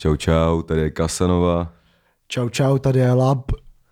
Čau, čau, tady je Casanova. Čau, čau, tady je Lab.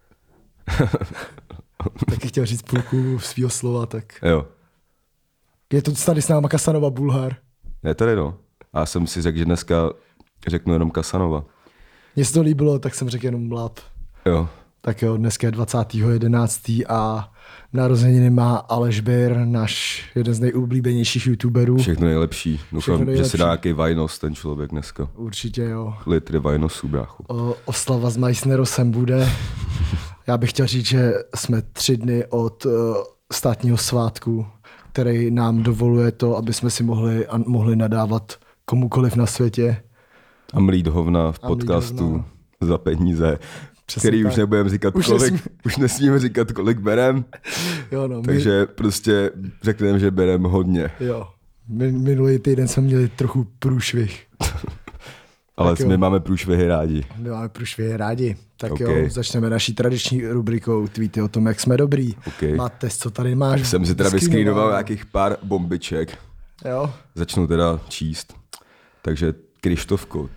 Taky chtěl říct půlku svýho slova, tak... Jo. Je to tady s náma Casanova Bulhar. Je tady, no. A já jsem si řekl, že dneska řeknu jenom Casanova. Mně se to líbilo, tak jsem řekl jenom Lab. Jo. Tak jo, dneska je 20.11. a narozeniny má Aleš Bir, náš jeden z nejoblíbenějších youtuberů. Všechno nejlepší. Doufám, že si dá nějaký vajnos ten člověk dneska. Určitě jo. Litry vajnosů, bráchu. Oslava s Meissnerosem bude. Já bych chtěl říct, že jsme 3 dny od státního svátku, který nám dovoluje to, aby jsme si mohli nadávat komukoliv na světě. A mlít hovna v podcastu za peníze. Přesně který tak. Už nebudeme říkat už nesmíme říkat, kolik berem. Jo, no, takže prostě řekneme, že berem hodně. Jo. Minulý týden jsme měli trochu průšvih. Ale my máme průšvihy rádi. My máme průšvihy rádi. Tak okay. Jo, začneme naší tradiční rubrikou tweety o tom, jak jsme dobrý. Okay. Máte, co tady máš? Jsem si teda vyskrýnoval nějakých pár bombiček. Jo. Začnu teda číst. Takže Krištofko,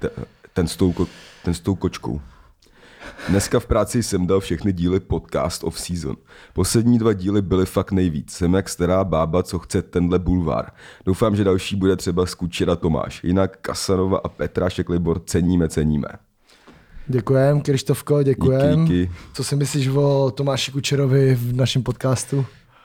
ten s tou kočkou. Dneska v práci jsem dal všechny díly podcast off season. Poslední 2 díly byly fakt nejvíc. Jsem jak stará bába, co chce tenhle bulvár. Doufám, že další bude třeba z Kučera Tomáš. Jinak Casanova a Petrášek Libor ceníme. Děkujem, Krištofko, děkujem. Díky. Co si myslíš o Tomáši Kučerovi v našem podcastu?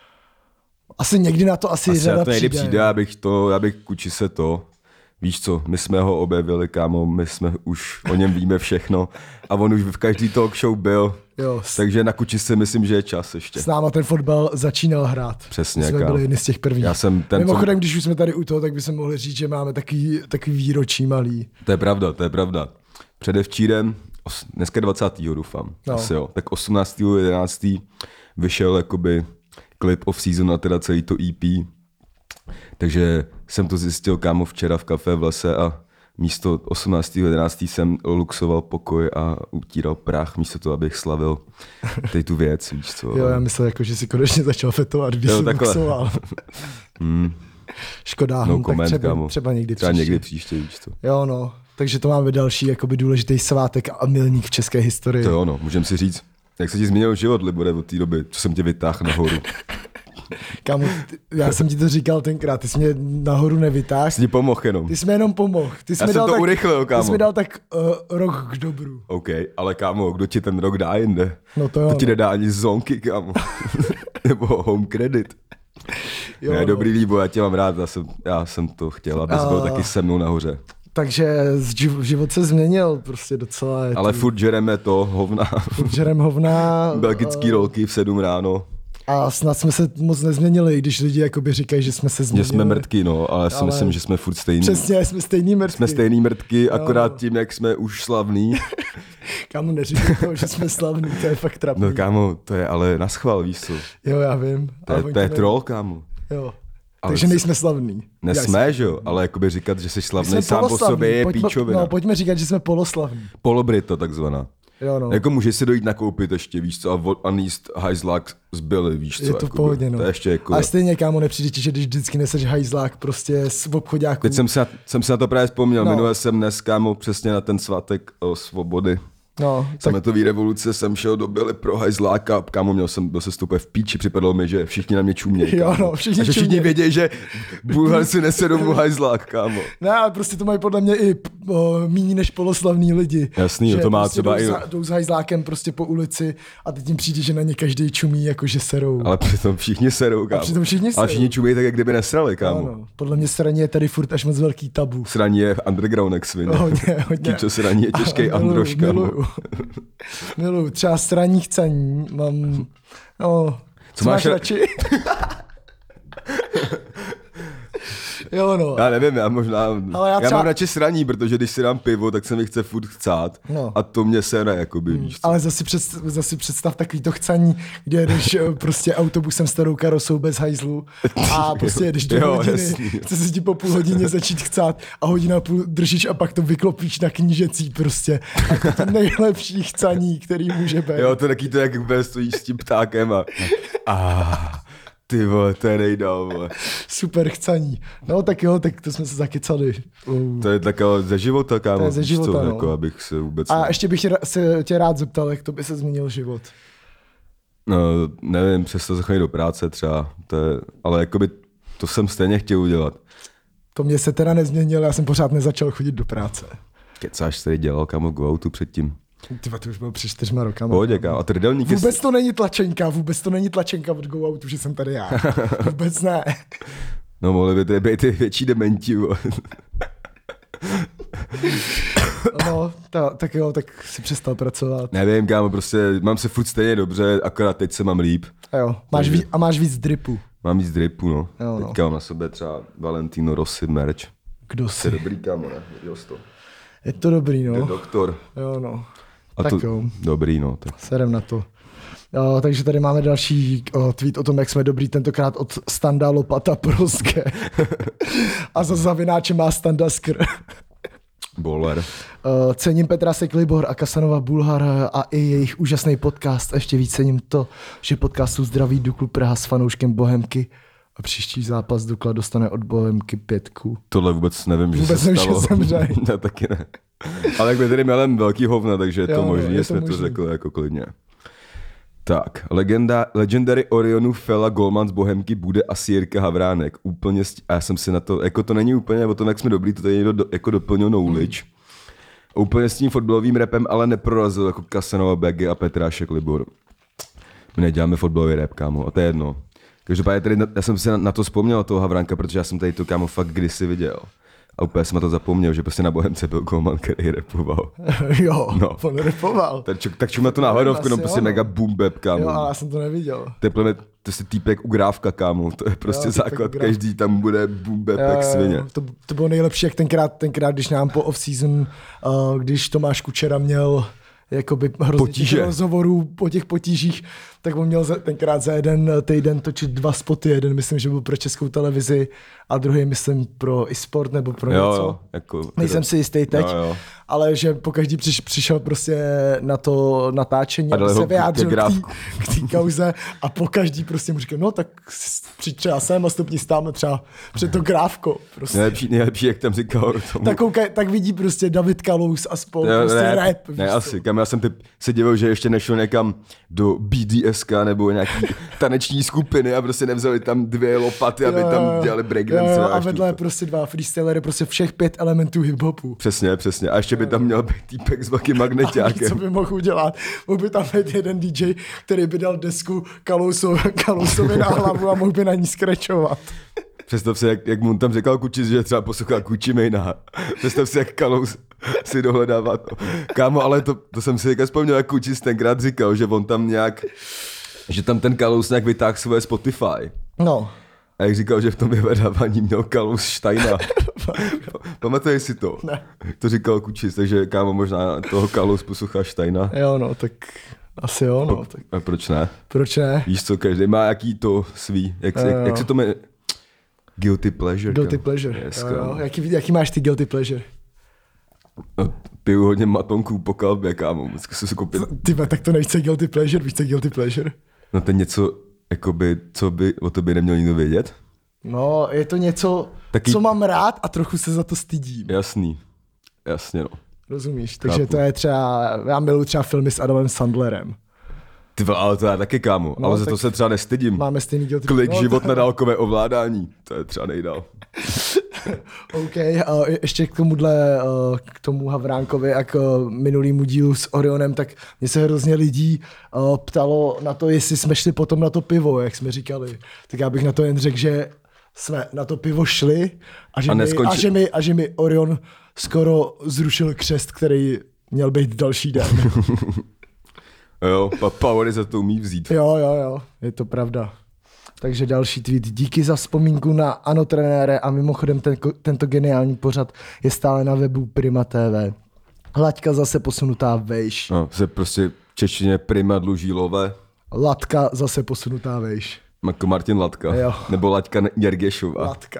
Asi někdy na to řada na to někdy přijde. Já bych Kuči se to... Víš co, my jsme ho objevili, kámo, my jsme už o něm víme všechno a on už v každý talk show byl, jo, takže na Kuči si myslím, že je čas ještě. S náma ten fotbal začínal hrát. Přesně, jsme byli jedni z těch prvních. Mimochodem, když už jsme tady u toho, tak bychom mohli říct, že máme takový výročí malý. To je pravda. Předevčírem, dneska 20. doufám, asi jo, tak 18.11. vyšel jakoby klip off season a teda celý to EP. Takže jsem to zjistil, kámo, včera v kafe v lese a místo 18.11. jsem luxoval pokoj a utíral prach, místo toho, abych slavil tady tu věc, víš co. Jo, já myslel, jako, že si konečně začal fetovat, když jsi luxoval. Škoda, no comment, třeba někdy příště. Třeba někdy příště, víš co. Jo, no, takže to máme další jakoby důležitý svátek a milník v české historii. To jo, no, můžem si říct, jak se ti změnil život, Libore, od té doby, co jsem tě vytáhl nahoru. Kámo, já jsem ti to říkal tenkrát, ty jsi mě nahoru nevytáhl. Jsi ti pomohl jenom. Ty jsi mi jenom pomohl. Já jsem to urychlil, kámo. Ty jsi mi dal tak rok k dobru. OK, ale kámo, kdo ti ten rok dá jinde? No to jo. To ti nedá ani zonky, kámo. Nebo home credit. Jo, ne, no. Dobrý Líbo, já tě mám rád, já jsem to chtěl, abys byl taky se mnou nahoře. Takže život se změnil prostě docela. Ale furt žereme to, hovna. Furt žerem hovna. Belgický rolky v 7 ráno. A snad jsme se moc nezměnili, když lidi jakoby říkají, že jsme se změnili. Že jsme mrtky, no, ale si myslím, že jsme furt stejný. Přesně, jsme stejný mrtky. Jsme stejný mrtky, akorát tím, jak jsme už slavný. Kámo, neříkej to, že jsme slavný, to je fakt trapný. No kámo, to je ale naschvál, víš co. Jo, já vím. To je troll, kámo. Jo. Takže nejsme slavný. Nesme, že jo, ale jakoby říkat, že jsi slavný sám po sobě je píčovina. No, pojďme říkat, že jsme poloslavní. Polobrito takzvaná. Jo, no. Jako můžeš si dojít nakoupit ještě, víš co, a níst hajzlák z Billy, víš co. Je to v pohodě, no. To je ještě jako... A stejně, kámo, nepřijde ti, že když vždycky neseš hajzlák prostě z obchoďáků. Teď jsem si na to právě vzpomněl, minule jsem dnes, kámo, přesně na ten svátek svobody. No, Sametový revoluce jsem šel do Billy pro hajzláka, kámo, byl se stupé v píči, připadalo mi, že všichni na mě čumějí. Jo, no, všichni vědějí, že Bulhar si nese domů hajzlák, kámo. Ne, ale prostě to mají podle mě i míní než poloslavní lidi. Jasný, jo, to má prostě třeba jdou s hajzlákem prostě po ulici a teď jim přijde, že na ně každý čumí, jakože serou. Ale přitom všichni serou, kámo. Ale všichni čumí tak, jak kdyby nesrali, kámo. No. Podle mě sraní je tady furt až moc velký tabu. Sraní je underground jak svině. Hodně. Kýčo sraní je těžký Androš, kámo. Miluju, třeba straní chcaní, mám, no, co máš radši? Jo, no. Já nevím, já mám radši sraní, protože když si dám pivo, tak se mi chce furt chcát. No. A to mě sere, jakoby, víš co. Ale zase představ takový to chcaní, kde jedeš prostě autobusem starou karosou bez hajzlu a prostě jedeš 2 hodiny, chce se ti po půl hodině začít chcát a hodina půl držíš a pak to vyklopíš na knížecí prostě. A to nejlepší chcaní, který může být. Jo, to taky to, jak stojíš s tím ptákem a Ty vole, to je nejdál, vole. Super chcaní. No tak jo, tak to jsme se zakecali. To je taková ze života, kámo. To je ze života, no. Jako, abych se vůbec... A ještě bych se tě rád zeptal, jak to by se změnil život. No, nevím, přesto zachodit do práce třeba, ale jakoby to jsem stejně chtěl udělat. To mě se teda nezměnilo, já jsem pořád nezačal chodit do práce. Kecáš, tady dělal, kámo, go outu předtím. Tyba, to už bylo před 4 rokama. Pohodě, kámo. A trdelníky... Vůbec to není tlačenka od go outu, že jsem tady já. Vůbec ne. No, mohli by to být ty větší dementi, vole. No, tak jo, tak si přestal pracovat. Nevím, kámo, prostě mám se furt stejně dobře, akorát teď se mám líp. A jo, máš víc dripu. Mám víc dripu, no. Jo, no. Teďka mám na sobě třeba Valentino Rossi merch. Kdo To si? je dobrý, kámo, ne? Viděl jsi to? Je to dobrý, To je no. doktor. Jo, no. A tak to, jo. Dobrý, no. Tak. Serem na to. Jo, takže tady máme další tweet o tom, jak jsme dobrý, tentokrát od Standa Lopata Proske. A za zavináče má Standa Skr. Bowler. Cením Petra Seklibohr a Kasanova Bulhar a i jejich úžasný podcast. A ještě víc cením to, že podcastu Zdraví Duklu Praha s fanouškem Bohemky a příští zápas Dukla dostane od Bohemky 5. Tohle vůbec nevím, že se Vůbec stalo. nevím, že zemřel. Ne, taky ne. Ale jak by tady měl velký hovna, takže je to možný, je jsme to možný. řekli jako klidně. Tak, legendary Orionu Fela Golman z Bohemky bude asi Jirka Havránek. Úplně, a já jsem si na to, jako to není úplně o tom, jak jsme dobrý, to tady někdo jako doplnil knowledge. Úplně s tím fotbalovým rapem, ale neprorazil jako Kasanova BG a Petrášek Libor. My neděláme fotbalový rap, kámo, a to je jedno. Každopádně tady, já jsem si na to vzpomněl, toho Havránka, protože já jsem tady to, kámo, fakt kdysi viděl. A úplně jsem na to zapomněl, že prostě na Bohemce byl Golman, který rapoval. Jo, No. on rapoval. Tak čum na to náhledovku, no Asi prostě jo, no. mega boom bap, kámo. Jo, ale já jsem to neviděl. To je týpek ugrávka, kámo. To je prostě Jo, týpek základ, ugrávka. každý tam bude boom bap jak svině. To bylo nejlepší, jak tenkrát, když nám po off-season, když Tomáš Kučera měl jakoby hrozně Potíže. těch rozhovorů po těch potížích, tak on měl tenkrát za jeden týden točit 2 spoty. Jeden myslím, že byl pro Českou televizi a druhý myslím pro eSport nebo pro něco. Jo, jako, Nejsem si jistý teď, Jo. ale že pokaždý přišel prostě na to natáčení, A aby dali se ho vyjádřil ke grávku. k té kauze a pokaždý prostě mu říkal, no tak přijď třeba sem a stupni stáme třeba před to grávko. Prostě. Nejlepší, jak tam říkal tomu. Tak vidí prostě David Kalous a spolu prostě rap. Ne, asi. Kam já jsem se divil, že ještě nešel někam do BDSK nebo nějaký taneční skupiny a prostě nevzali tam 2 lopaty, aby tam dělali breakdance. A vedle prostě 2 freestylery, prostě všech 5 elementů hiphopu. Přesně. A ještě by tam měl být týpek s velkým magneťákem. Co by mohl udělat? Mohl by tam být jeden DJ, který by dal desku Kalousovi na hlavu a mohl by na ní skrečovat. Představ si, jak mu tam říkal Kučis, že třeba poslouchá Kuči Mejna. Představ si, jak Kalous si dohledává to. Kámo, ale to jsem si teďka vzpomněl, jak Kučis tenkrát říkal, že on tam nějak, že tam ten Kalous nějak vytáhl svoje Spotify. No. A jak říkal, že v tom vyhledávání měl Kalous Steina. Pamatuješ si to? Ne. To říkal Kučis, takže kámo, možná toho Kalous poslouchá Steina. Jo, no, tak asi jo, no. Tak A proč ne? proč ne? Víš co, každý má jaký to svý. Jak se to jmenuje? Guilty pleasure. Guilty kámo. pleasure. Yes, Jo. Jaký máš ty guilty pleasure? Piju hodně matonků po kalbě, kámo. Vždycky si koupit. Tyba, tak to nejste guilty pleasure, víš co je guilty pleasure? No to je něco, jakoby, co by o tobě neměl nikdo vědět? No, je to něco, co mám rád a trochu se za to stydím. Jasný. Jasně, no. Rozumíš? Takže Chápu. to je třeba, já miluji třeba filmy s Adamem Sandlerem. Ty vole, ale to já taky, kámo. No, Ale za tak to se třeba nestydím. Máme stejný guilty Klik no, život na dálkové ovládání. To je třeba nejdál. OK, ještě k tomu Havránkovi a k minulýmu dílu s Orionem, tak mě se hrozně lidí ptalo na to, jestli jsme šli potom na to pivo, jak jsme říkali. Tak já bych na to jen řekl, že jsme na to pivo šli a že mi Orion skoro zrušil křest, který měl být další den. Jo, Powery za to umí vzít. Jo, je to pravda. Takže další tweet. Díky za vzpomínku na Ano trenére a mimochodem tento geniální pořad je stále na webu Prima TV. Laťka zase posunutá vejš. No, se prostě v češtině Prima dluží love. Latka zase posunutá vejš. Jako Martin Latka. Jo. Nebo Laťka Jergešová. Latka.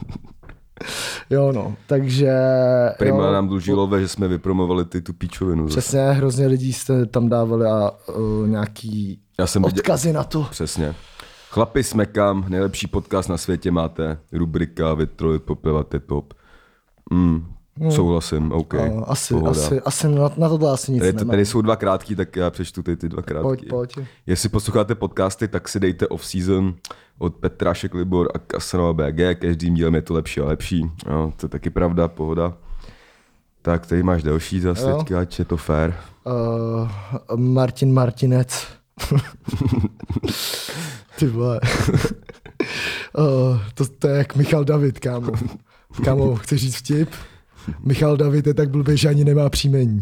Jo no, takže... Prima jo, nám dluží love, že jsme vypromovali tu píčovinu. Přesně, hrozně lidí jste tam dávali a nějaký odkazy na to. Přesně. Chlapi smekám, nejlepší podcast na světě máte. Rubrika Vytrolit, poplevat je top. Souhlasím, OK. Asi na tohle asi nic nemám. Tady jsou 2 krátký, tak já přečtu ty 2 krátký. Pojď. Jestli posloucháte podcasty, tak si dejte off-season od Petra Šeklibor a Casanova BG. Každým dílem je to lepší a lepší. No, to je taky pravda, pohoda. Tak tady máš další zase, teďka, ať je to fair. Martin Martinec. Ty vole. To je jak Michal David, kámo. Kámo, chceš říct vtip? Michal David je tak blbý, že ani nemá příjmení.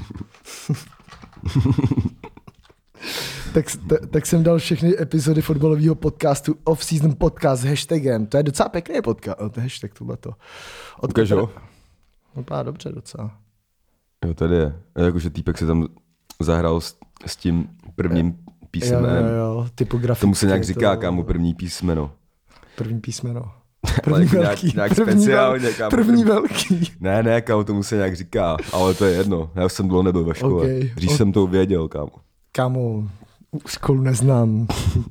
tak jsem dal všechny epizody fotbalového podcastu Off-Season Podcast s hashtagem. To je docela pěkný podcast. Hashtag tohleto. Ukaž ho? Vypadá dobře docela. Jo, tady je. Jakože týpek se tam zahrál s tím prvním písmenem. Jo, typograficky. Tomu se nějak říká, kámo, první písmeno. První písmeno. První velký. Nějak speciálně, kámo. První velký. Ne, kámo, tomu se nějak říká, ale to je jedno. Já jsem dlouho nebyl ve škole. Dřív jsem to věděl, kámo. Kámo, školu neznám,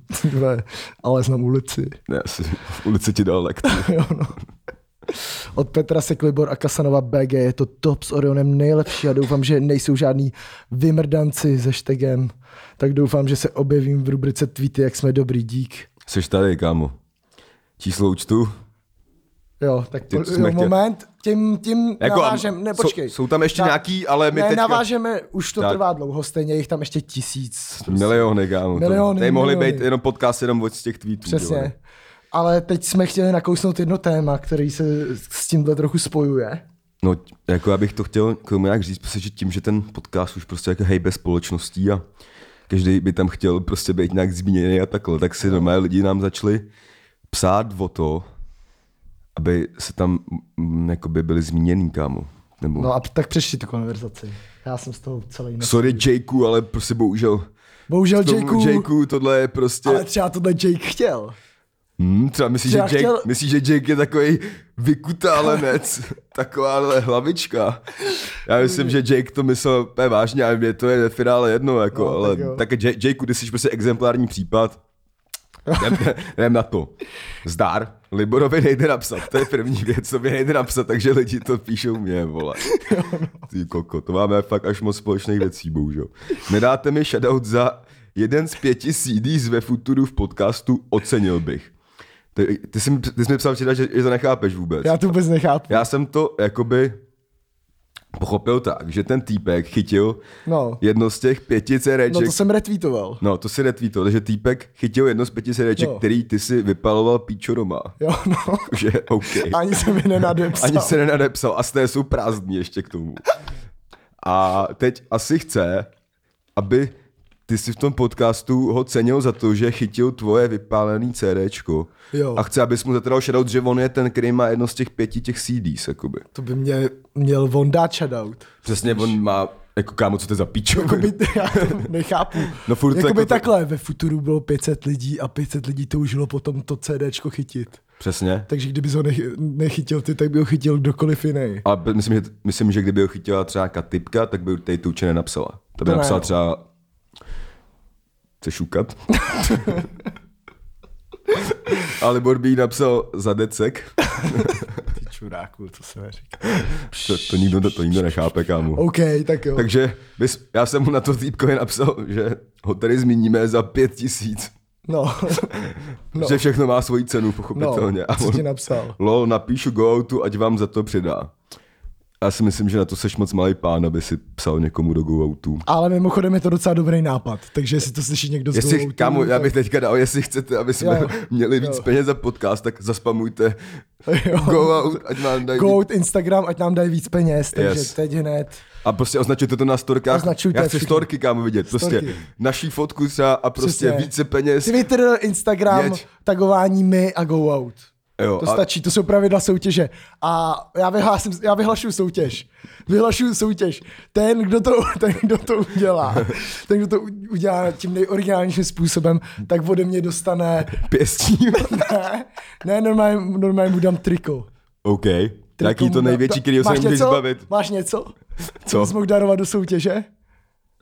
ale znám ulici. Ne, asi v ulici ti dal lekci. Jo, no. Od Petra Šeklibor a Casanova BG je to top s Orionem nejlepší a doufám, že nejsou žádný vymrdanci se hashtagem. Tak doufám, že se objevím v rubrice tweety, jak jsme dobrý, dík. Jseš tady, kámo. Číslo účtu? Jo, tak moment, tím jako, navážem, ne, počkej. Jsou tam ještě nějaký, ale my teďka... navážeme, už to trvá dlouho, stejně jich tam ještě 1000. Miliony, kámo. Tady mohly být jenom podcast jenom od těch tweetů. Přesně. Dělali. Ale teď jsme chtěli nakousnout jedno téma, který se s tímhle trochu spojuje. No, jako já bych to chtěl k tomu nějak říct, protože tím, že ten podcast už prostě jako hejbe společností a každý by tam chtěl prostě být nějak zmíněný a takhle, tak si normálně lidi nám začali psát o to, aby se tam jakoby byli zmíněný, kámo. Nebo... No a tak přečti tu konverzaci. Já jsem z toho celý nesmí. Sorry Jakeu, ale prostě bohužel Jakeu, tohle je prostě... Ale třeba tohle Jake chtěl. Třeba myslíš, že Jake je takový vykutálenec, taková hlavička. Já myslím, že Jake to myslel vážně a mě to je ve finále jedno, jako, no, ale tak Jakeu, ty jsi prostě exemplární případ. Jdem na to. Zdar. Liborovi nejde napsat, to je první věc, co mi nejde napsat, takže lidi to píšou mě, vole. Ty koko, to máme fakt až moc společných věcí, bohužel. Nedáte mi shoutout za 1 z 5 CDs ve Futuru v podcastu, ocenil bych. Ty jsi mi psal včera, že to nechápeš vůbec. Já to vůbec nechápu. Já jsem to jakoby pochopil tak, že ten týpek chytil jedno z těch 5 CDček. No to jsem retweetoval. No to si retweetoval, takže týpek chytil jedno z 5 CDček, který ty si vypaloval píčo doma. Jo, no. Že OK. Ani se mi nenadepsal. Ani se nenadepsal a z té jsou prázdní ještě k tomu. A teď asi chce, aby ty jsi v tom podcastu ho cenil za to, že chytil tvoje vypálený CDčko. Jo. A chce, abys mu zatradal shoutout, že on je ten, který má jedno z těch 5 těch CDs, jakoby. To by měl on dát shoutout. Přesně, on má, jako kámo, co to je za píčo? Já to nechápu. No furt jakoby takhle, ve Futuru bylo 500 lidí a 500 lidí toužilo potom to CDčko chytit. Přesně. Takže kdybys ho nechytil ty, tak by ho chytil kdokoliv jiný. A myslím, že kdyby ho chytila třeba nějaká typka, tak by tady tu určitě nenapsala. To by napsala třeba... Chceš šukat? A Libor by jí napsal za decek. Ty čuráku, to se neříká. To nikdo nechápe, kámo. OK, tak jo. Takže já jsem mu na to týpkovi napsal, že ho tady zmíníme za 5000. No. Že všechno má svoji cenu, pochopitelně. No, co ti napsal? Lol, napíšu go-outu, ať vám za to přidá. Já si myslím, že na to seš moc malý pán, aby si psal někomu do go-outu. Ale mimochodem je to docela dobrý nápad, takže jestli to slyší někdo z go-outu... Kámo, já bych teďka dal, jestli chcete, aby jsme měli víc peněz za podcast, tak zaspamujte go-out, ať nám dají... Go-out Instagram, ať nám dají víc peněz, takže teď hned... A prostě označujte to na storkách. Já chci storky, kámo, vidět. Prostě naší fotku třeba a prostě více peněz. Twitter, Instagram, tagování my a go-out. Jo, to stačí, to jsou pravidla soutěže. A já vyhlašuju soutěž. Ten, kdo to udělá tím nejoriginálnějším způsobem, tak ode mě dostane... Pěstí. ne, normálně mu dám triko. OK. Jaký to největší, který se nemůžeš zbavit. Máš něco? Co? Bys mohl darovat do soutěže?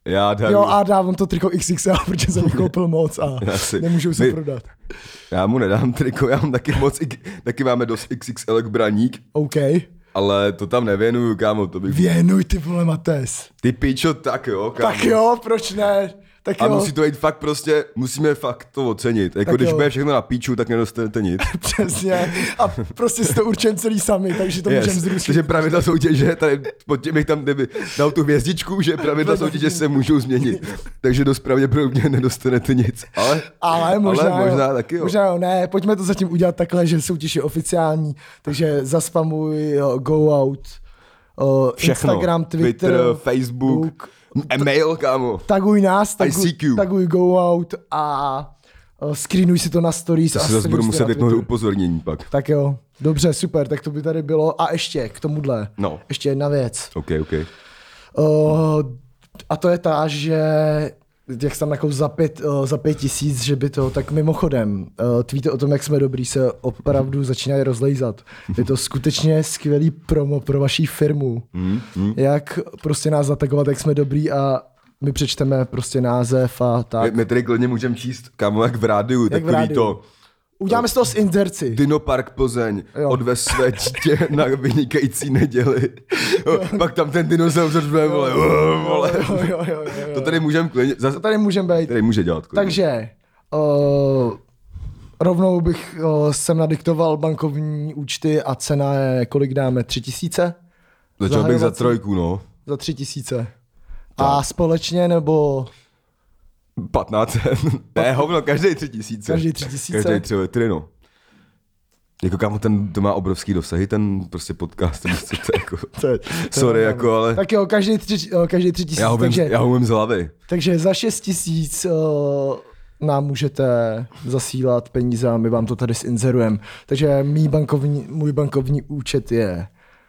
Já dám. Jo, a dávám to triko XXL, protože jsem jich koupil moc a nemůžu se prodat. Já mu nedám triko, já mám taky máme dost XXL braník. OK. Ale to tam nevěnuju, kámo, to bych... Věnuj, ty vole, Mates. Ty pičo, tak jo, kámo. Tak jo, proč ne? Tak a jo. musí to jít fakt prostě, musíme fakt to ocenit. Jako tak když bude všechno na píču, tak nedostanete nic. Přesně. A prostě si to určujeme celý sami, takže to můžeme zrušit. Takže pravidla soutěže, tady pod tím bych tam kdyby dal tu hvězdičku, že pravidla soutěže se můžou změnit. Takže dost pravděpodobně nedostanete nic. Ale možná taky jo. Možná jo, ne, pojďme to zatím udělat takhle, že soutěž je oficiální, takže zaspamuj Go Out, Instagram, Twitter, Facebook, e-mail, kámo. Taguj nás, taguj Go Out a screenuj si to na stories. To se zase budu muset vypnout upozornění pak. Tak jo, dobře, super, tak to by tady bylo. A ještě k tomuhle, ještě jedna věc. OK. A to je ta, že jak jsem jako za 5 000, že by to, tak mimochodem, tweety o tom, jak jsme dobrý, se opravdu začínají rozlejzat. Je to skutečně skvělý promo pro vaši firmu. Jak prostě nás zatagovat, jak jsme dobrý a my přečteme prostě název a tak. My tady klidně můžeme číst, kámo, jak v rádiu, takový to. Uděláme z toho s inzerci. Dinopark Plzeň odvez své dítě na vynikající neděli. Pak tam ten dinosaur řve, vole. Jo. To tady můžeme klidně. To tady můžeme být. Tady může dělat klidně. Takže rovnou bych sem nadiktoval bankovní účty a cena je, kolik dáme, 3 000? Začal bych za 3, no. Za 3 000. A společně nebo... 15. Ne, hovno, každý 3 000. Každý 3 000? Každý 3 litry, no. Jako kámo, to má obrovský dosahy, ten prostě podcast, ten jako, sorry, jako, ale... Tak jo, každý 3 000, já ho umím z hlavy. Takže za 6 000 nám můžete zasílat peníze a my vám to tady zinzerujeme. Takže můj bankovní účet je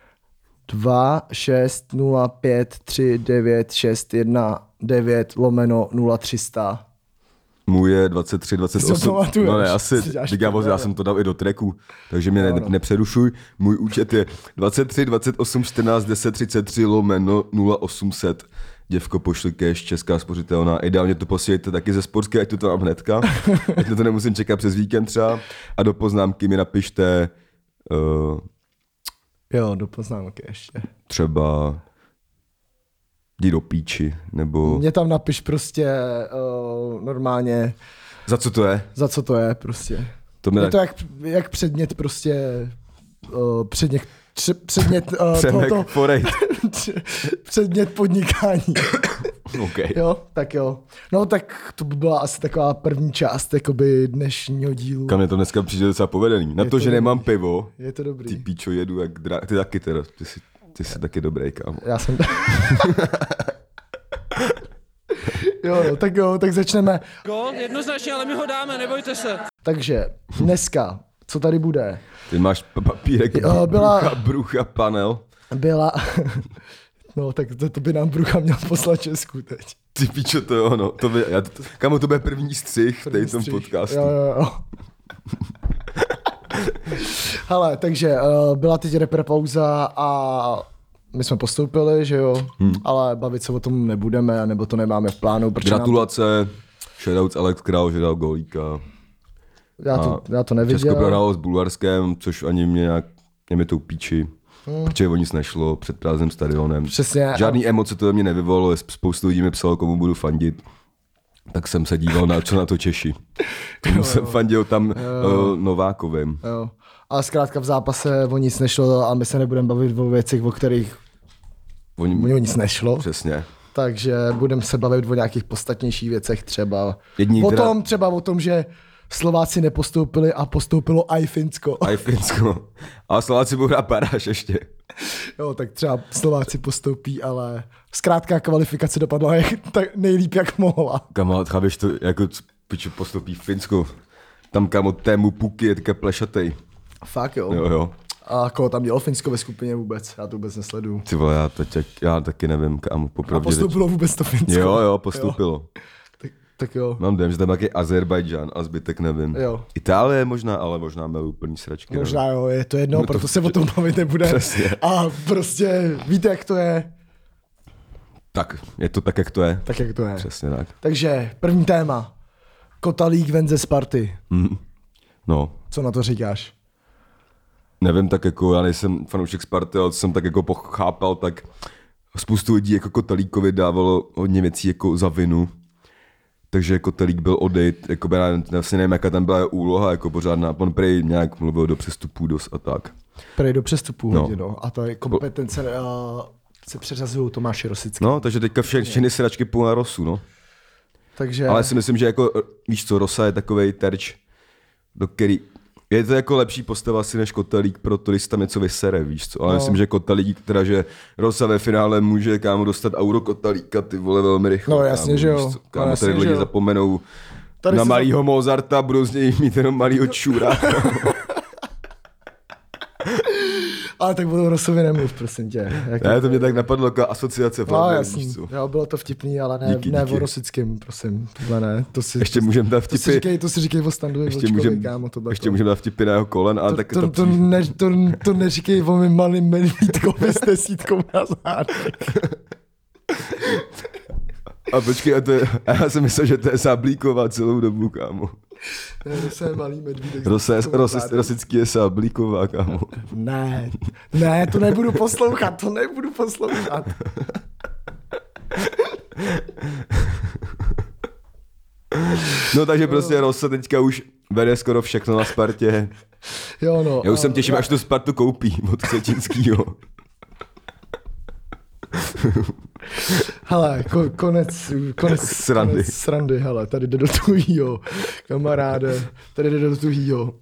260539619/0300. Můj je 2328. No ne, asi, já jsem to dal i do tracku, takže mě nepřerušuj. Můj účet je 2328141033/0800. Děvko, pošli cash, Česká spořitelná. Ideálně to posílejte taky ze sportky, ať to mám hnedka. Ať to nemusím čekat přes víkend třeba. A do poznámky mi napište... Jo, do poznámky ještě. Třeba jdi do píči, nebo... Mě tam napiš prostě normálně... Za co to je? Za co to je prostě. Je to jak předmět prostě... Předmět tohoto... předmět podnikání. Okay. Jo, tak jo. No tak to by byla asi taková první část jakoby dnešního dílu. Kam je to dneska přijde docela povedený. Na to, že nemám pivo. Je to dobrý. Ty píčo, jedu jak ty taky teda. Ty jsi taky dobrý, kámo. Já jsem... Jo, tak začneme. Gól, jednoznačně, ale my ho dáme, nebojte se. Takže dneska, co tady bude? Ty máš papírek, brucha, panel. No, tak to by nám Brucha měl poslat Česku teď. Ty píčo, to jo, no. Kámo, to bude první střih v tom podcastu. Jo. Hele, takže byla teď repre pauza a my jsme postoupili, že jo, ale bavit se o tom nebudeme, nebo to nemáme v plánu. Gratulace, shoutouts Alex Král, že dal gólíka. Já to neviděl. Česko prohrálo s Bulharskem, což ani mě to píči. Protože o nic nešlo před prázdným stadionem. Přesně. Žádný emoce to ve mě nevyvolalo, spoustu lidí mi psalo, komu budu fandit. Tak jsem se díval na to Češi. Tomu jsem fandil tam Novákovým. Jo. A zkrátka v zápase o nic nešlo a my se nebudeme bavit o věcech, o kterých o nic nešlo. Přesně. Takže budeme se bavit o nějakých podstatnějších věcech třeba. Třeba o tom, že Slováci nepostoupili a postoupilo i Finsko. A Slováci budou hrát baráž ještě. Jo, tak třeba Slováci postoupí, ale zkrátka kvalifikace dopadla tak nejlíp, jak mohla. Kamo, chápeš to, jako postoupí Finsko. Tam kámo Tému Puky je teďka plešatej. Fakt jo. Jo. A koho tam dělo Finsko ve skupině vůbec? Já to vůbec nesleduju. Ty vole, já taky nevím, kámo, popravdě. A postoupilo vůbec to Finsko? Jo, postoupilo. Jo. Tak jo. Mám dojem, že tam je Azerbajdžán a zbytek nevím. Jo. Itálie možná, ale možná měl úplný sračky. Možná jo, je to jedno, proto se o tom bavit nebude. Přesně. A prostě víte, jak to je. Tak, je to tak, jak to je. Tak, jak to je. Přesně tak. Takže první téma. Kotalík ven ze Sparty. No. Co na to říkáš? Nevím, tak jako já nejsem fanoušek Sparty, ale co jsem tak jako pochápal, tak spoustu lidí jako Kotalíkovi dávalo hodně věcí jako za vinu. Takže Kotalík byl odejít, jako já vlastně nevím, jaká tam byla úloha, jako pořádná. On prej nějak mluvil do přestupů dost a tak. Prej do přestupů hodně, no. A to je kompetence se přeřazují Tomáši Rosický. No, takže teďka všechny sedačky půl na Rosu, no. Takže... Ale si myslím, že jako, víš co, Rosa je takovej terč, do který... Je to jako lepší postava asi než Kotalík, proto když tam něco vysere, víš co. Ale myslím, že Kotalík, teda, že Rosa ve finále může kámo dostat euro Kotalíka, ty vole, velmi rychle. No jasně, kámo, že jo. Víš co, kámo, jasně, tady lidi zapomenou tady na malýho Mozarta, budou z něj mít jenom malýho Čura. Ale tak o tom Rosovi nemluv, prosím tě. Ne, to mě tak napadlo jako asociace. No jasný, jo, bylo to vtipný, ale ne, díky. o Rosickým, prosím. Tohle ne. To si, ještě můžeme dát vtipy. To si říkej o Standovi Vlčkovi, kámo. Ještě můžeme dát vtipy na jeho kolen, ale tak to neříkej o mým malým medvídkovi s desítkou na zádech. A počkej, já jsem myslel, že to je Sáblíková celou dobu, kámo. Ne, to je malý medvídek. Rosický je Sáblíková, kámo. Ne, to nebudu poslouchat. No takže prostě Rosa teďka už vede skoro všechno na Spartě. Jo no. Já už jsem těším, až tu Spartu koupí od Křetínskýho. Hele, konec srandy, hele, tady jde do tuhýho, kamaráde, tady jde do tuhýho.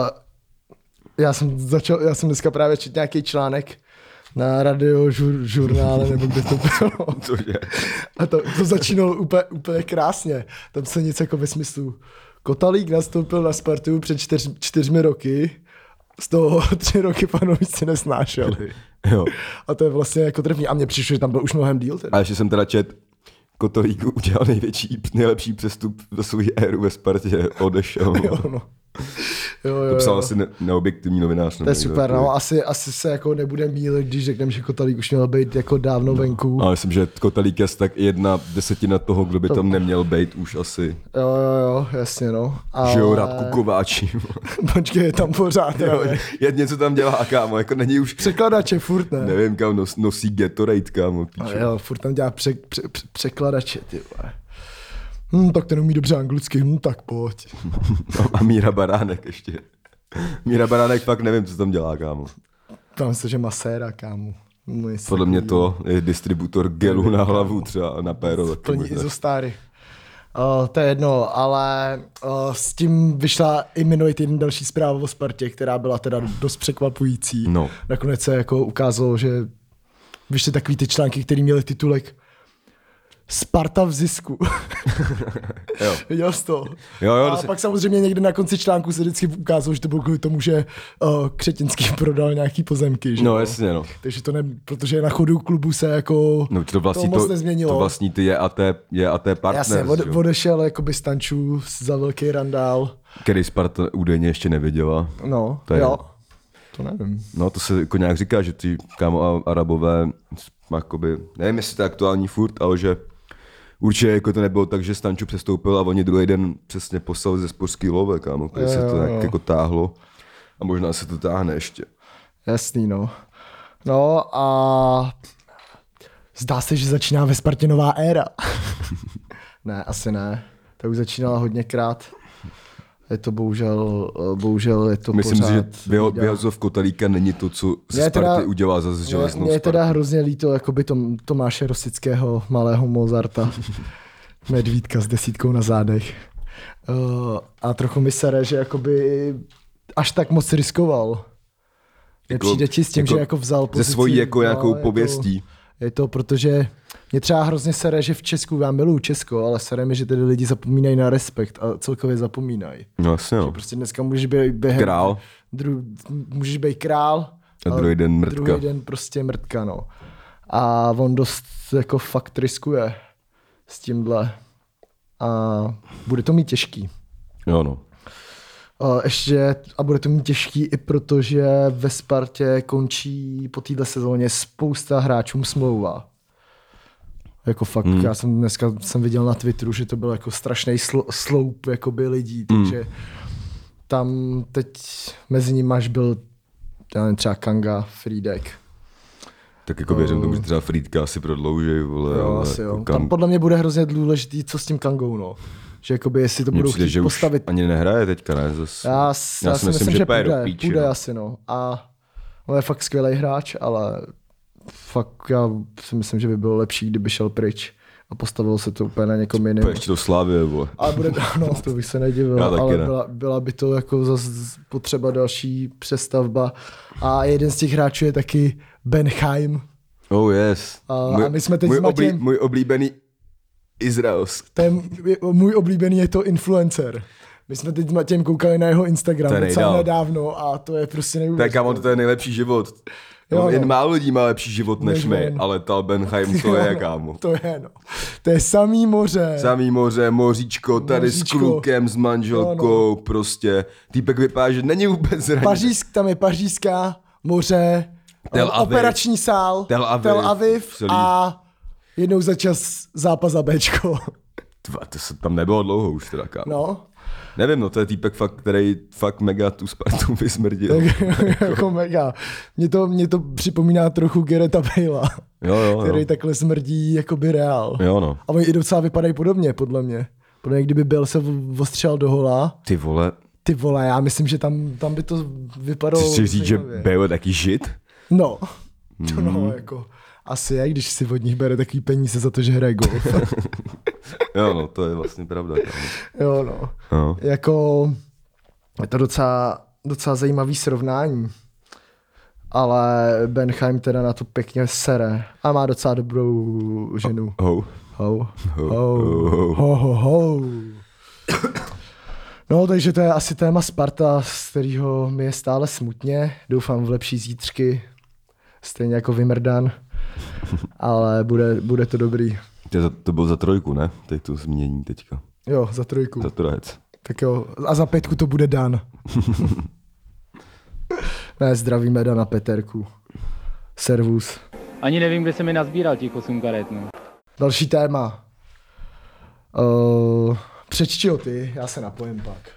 Já jsem dneska právě četl nějaký článek na radiožurnále, nebo kde to bylo. Cože? A to začínalo úplně krásně. Tam se něco jako ve smyslu, Kotalík nastoupil na Spartu před 4 roky, z toho 3 roky fanoušci nesnášeli. Jo. A to je vlastně jako trefný. A mně přišlo, že tam byl už mnohem díl. Tedy. A ještě jsem teda čet, Kotalík udělal nejlepší přestup do svou éru ve Spartě, odešel. Jo, no. Jo, to psal asi neobjektivní novinář. To je super, no. Asi se jako nebude mýlit, když řekneme, že Kotalík už měl být jako dávno venku. Ale myslím, že Kotalík je tak 1/10 toho, kdo by tam neměl být už asi. Jo, jasně, no. Ale... Že jo, Radku Kováči. Počkej, je tam pořád. Je něco tam dělá, kámo, jako není už... Překladače, furt ne. Nevím, kámo, nosí Gatorade, kámo. Jo, furt tam dělá překladače, ty vole. Tak ten umí dobře anglicky, tak pojď. No, a Míra Baránek ještě. Míra Baránek fakt nevím, co tam dělá, kámo. Tam se, že maséra, kámo. Podle mě to je distributor gelu na hlavu třeba, na péro. Plní izostáry. To je jedno, ale s tím vyšla i minulý týden další zpráva o Spartě, která byla teda dost překvapující. No. Nakonec se jako ukázalo, že vyšly takový ty články, které měly titulek Sparta v zisku. Jo. Viděl jsi to? Jo, a pak samozřejmě někde na konci článku se vždycky ukázalo, že to bylo kvůli tomu, že Křetinský prodal nějaký pozemky. Že no jasně, no. Takže to protože na chodu klubu se jako to moc nezměnilo. To vlastní ty je a té partner. Jasně, odešel jakoby Stančů za velký randál. Který Sparta údajně ještě neviděla. No, jo. To nevím. No to se jako nějak říká, že ty kámo Arabové, jakoby, nevím, jestli to je aktuální furt, ale že určitě jako to nebylo tak, že Stanču přestoupil a oni druhý den přesně poslali ze sporský love, kámo, když se to nějak jako táhlo a možná se to táhne ještě. Jasný, no. No a zdá se, že začíná ve Spartě nová éra. Ne, asi ne. To už začínala hodněkrát. Je to bohužel je to myslím pořád... Myslím si, že vyhazov Kotalíka není to, co se Sparty udělá za železnou Spartu. Mně je teda hrozně líto jakoby Tomáše Rosického, malého Mozarta, medvídka s desítkou na zádech. A trochu mi sere, že jakoby až tak moc riskoval. Nepřijde ti s tím, že jako vzal pozici... Ze svojí jako nějakou pověstí. Je to, protože mě třeba hrozně sere, že v Česku, já miluju Česko, ale sere mi, že tedy lidi zapomínají na respekt a celkově zapomínají. No jasně, no. Prostě dneska můžeš být král. Můžeš být král. A druhý den mrtka. Druhý den prostě mrtka, no. A on dost jako fakt riskuje s tímhle. A bude to mít těžký. Jo, no. A bude to mít těžký i proto, že ve Spartě končí po této sezóně spousta hráčům smlouva. Jako fakt, já jsem dneska viděl na Twitteru, že to byl jako strašný sloup jakoby lidí, takže tam teď mezi nimi byl třeba Kanga, Friedek. Tak jako věřím tomu, že třeba Friedka asi prodlouží, vole. Jo, asi jo. Tam podle mě bude hrozně důležitý, co s tím Kangou, no. Že jakoby, jestli to budou chtít že postavit. Ani nehraje teďka, ne? Zas... Já si myslím, že půjde asi, no. A on je fakt skvělý hráč, ale fakt já si myslím, že by bylo lepší, kdyby šel pryč a postavil se to úplně na někom jiném. Ještě do Slávy, vole. Ale bude, no, to bych se nedivil, ale byla by to jako zase potřeba další přestavba. A jeden z těch hráčů je taky Benheim. Oh yes. A my jsme teď můj oblíbený izraelský. Můj oblíbený je to influencer. My jsme teď s Matějem koukali na jeho Instagram docela nedávno a to je prostě neuvěřitelné. Tak to je nejlepší život. Jen málo lidí má lepší život než my, ale Tal Benheim to je, kámo. To je, no. To je samý moře. Samý moře, moříčko, tady s klukem, s manželkou, prostě. Týpek vypadá, že není vůbec zraněný. Tam je pařížská, moře, operační sál, Tel Aviv a jednou za čas zápas za Bčko. To se tam nebylo dlouho už teda, kámo. No. Nevím, no to je týpek fakt, který fakt mega tu Spartu vysmrdil. Jako mega. Mě to připomíná trochu Gareta Bale'a, který takhle smrdí jakoby Real. Jo, no. A oni i docela vypadají podobně, podle mě. Podle mě, kdyby Bale se ostřel do hola. Ty vole, já myslím, že tam by to vypadalo. Chci říct, že Bale je taky žid? No. No, jako asi je, když si od nich bere takový peníze za to, že hraje golf. Jo, no, to je vlastně pravda. Jo, no. Jako, je to docela zajímavý srovnání. Ale Benheim teda na to pěkně sere. A má docela dobrou ženu. No, takže to je asi téma Sparta, z kterého mi je stále smutně. Doufám v lepší zítřky. Stejně jako Vymrdan. Ale bude to dobrý. To bylo za 3, ne? Teď to změní teďka. Jo, za 3. Za 3. Tak jo, a za 5 to bude Dan. Ne, zdravíme Dana Peterku. Servus. Ani nevím, kde se mi nazbíral těch 8 karet, no. Další téma. Přečti ho ty, já se napojím pak.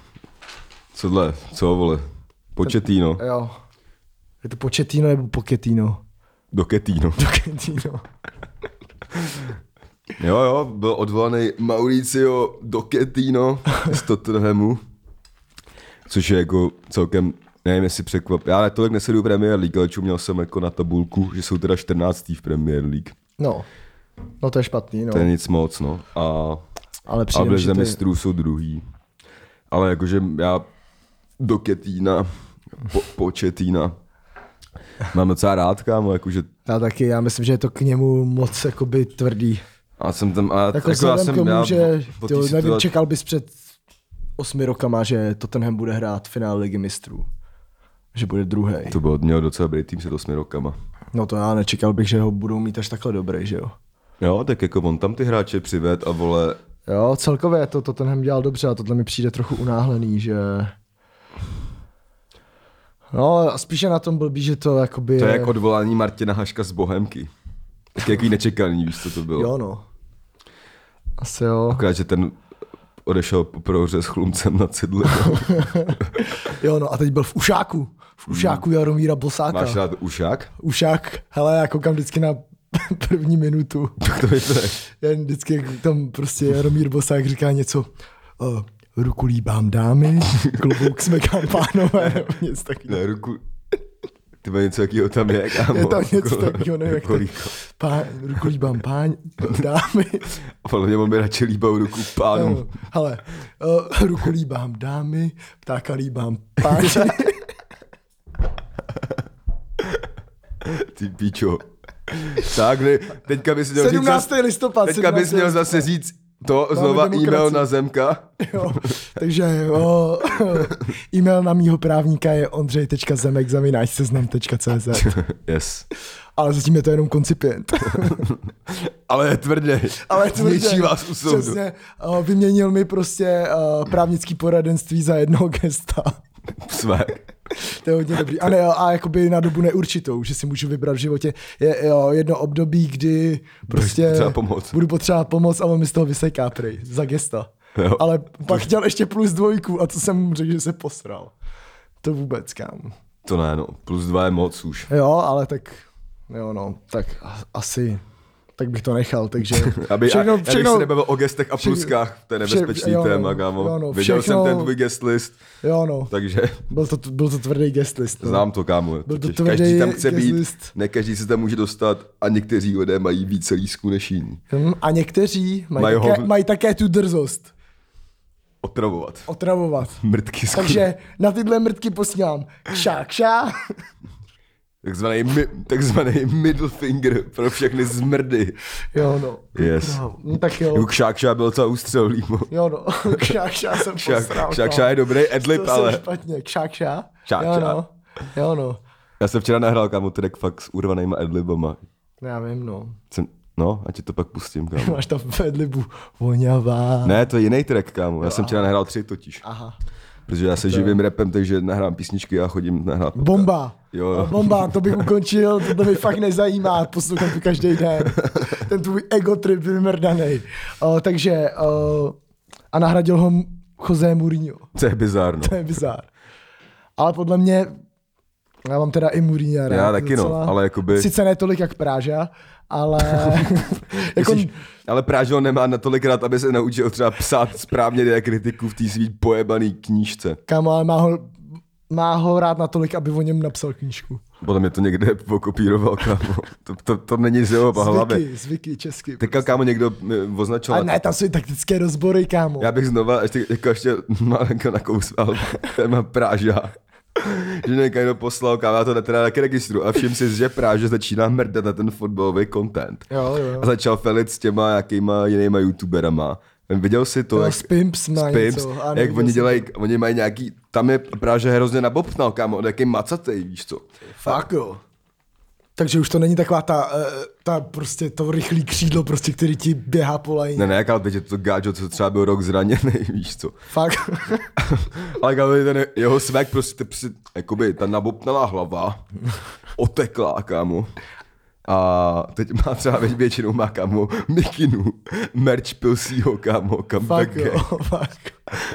Co vole? Pochettino. Jo. Je to Pochettino nebo Pochettino? Dochettino. Jo, byl odvolaný Mauricio Dochettino z Tottenhamu, což je jako celkem, nevím jestli překvapí, já tolik nesleduju Premier League, ale čuměl jsem jako na tabulku, že jsou teda 14. v Premier League. No to je špatný, no. To je nic moc, no. Ale v lize mistrů jsou druhý. Ale jakože já Dochettina, Pochettina, mám docela rád, kámo, jakože... Já taky, já myslím, že je to k němu moc jakoby tvrdý. A jsem tam... Nevím, čekal bys před 8 rokama, že Tottenham bude hrát finále Ligy mistrů. Že bude druhý. To byl měl docela dobrý tým před 8 rokama. No to já nečekal bych, že ho budou mít až takhle dobrý, že jo. Jo, tak jako on tam ty hráče přived a vole... Jo, celkově to Tottenham dělal dobře a tohle mi přijde trochu unáhlený, že... No a spíše na tom blbý, že to jakoby... To je jak odvolání Martina Haška z Bohemky. Tak jaký nečekaný, víš, co to bylo. Jo no. Asi jo. Akorát, že ten odešel po prohře s Chlumcem na Cidli. Jo no a teď byl v Ušáku. V Ušáku Jaromíra Bosáka. Máš rád Ušák? Ušák, hele, já koukám vždycky na první minutu. Tak to vypadeš. Jen vždycky tam prostě Jaromír Bosák říká něco... ruku líbám dámy, klobouk smekám pánové, nebo něco takového. Ne, ruku... Ty má něco jakýho tam je, kámo. Je tam něco takového, nevím, jak to... Ruku líbám dámy. A podle mě on by radši líbal ruku pánu. Hele, ruku líbám dámy, ptáka líbám páni. Ty píčo. Tak, teďka bys měl 17. listopad. Teďka bys měl zase říct to znova e-mail na Zemka. Jo, takže e-mail na mýho právníka je ondřej.zemek@seznam.cz. Yes. Ale zatím je to jenom koncipient. Ale je tvrdý. Zničí vás u soudu. Přesně. Vyměnil mi prostě právnický poradenství za jednoho gesta. Své. To je hodně dobrý. A jakoby na dobu neurčitou, že si můžu vybrat v životě jedno období, kdy prostě budu potřebovat pomoc a on mi z toho vyseká prej, za gesta. Jo. Ale pak chtěl ještě +2 a to jsem mu řekl, že se posral. To vůbec, kámo. To ne, no. +2 je moc už. Jo, ale tak, tak asi... Tak bych to nechal, takže... Já bych se nebavil o gestech a pluskách, to je nebezpečný téma, kámo. Viděl jsem ten tvůj guest list, takže... Byl to tvrdý guest list. Znám to, kámo. Každý tam chce být, ne každý se tam může dostat a někteří lidé mají více lístků než jiní. A někteří mají také tu drzost. Otravovat. Mrtky skoro. Takže na tyhle mrtky posílám kša. Takzvaný middle finger pro všechny zmrdy. Jo, no. Yes. No, tak jo. Kša byl to ústřelný. Jo, no. Kša jsem posral. Kša je dobrý adlib, ale... To špatně. Kša. Jo, no. Já jsem včera nahrál, kámo, track fakt s urvanýma adlibama. Já vím, no. No, a ti to pak pustím, kámo. Máš tam v adlibu voňavá. Ne, to je jiný track, kámo. Já jsem včera nahrál 3 totiž. Aha. Protože já se živím rapem, takže nahrám písničky a chodím nahrát. Bomba. Jo. Bomba, to bych ukončil, to mi fakt nezajímá, poslouchám to každý den. Ten tvůj ego trip vymrdanej. Takže a nahradil ho José Mourinho. To je bizár, no. To je bizár. Ale podle mě, já mám teda i Mourinha rád. Já taky docela, no, ale jakoby... Sice ne tolik jak Práža, ale... Ale Prážo nemá natolikrát, aby se naučil třeba psát správně diakritiku v té svý pojebaný knížce. Kámo, ale má ho rád natolik, aby o něm napsal knížku. Potom mě to někde pokopíroval, kámo. To není z jeho hlavy. Zvyky česky. Teďka, kámo, někdo označil... Ale ne, tam jsou taktické rozbory, kámo. Já bych znova ještě malinko nakousal téma Práža. Že někdo poslal, kámo, já to teda taky registru a všim si, že Práže začíná mrdat na ten fotbalový content. Jo. A začal felit s těma jakýma jinýma youtuberama. Viděl jsi to, jak... Spimps má něco. Jak oni dělají, oni mají nějaký... Tam je Práže hrozně nabobtnal, kámo, jaký macatej, víš co. Fakt jo. Takže už to není taková ta prostě to rychlý křídlo, prostě, který ti běhá po lajně. Ne, ale teď je to gáčo, co třeba byl rok zraněný, víš co. Fakt. Ale kámo, ten jeho svek prostě jakoby ta nabobtnalá hlava otekla, kámo. A teď má třeba většinou má, kámo, mikinu, merch Pilsího, kámo, comeback. Fakt.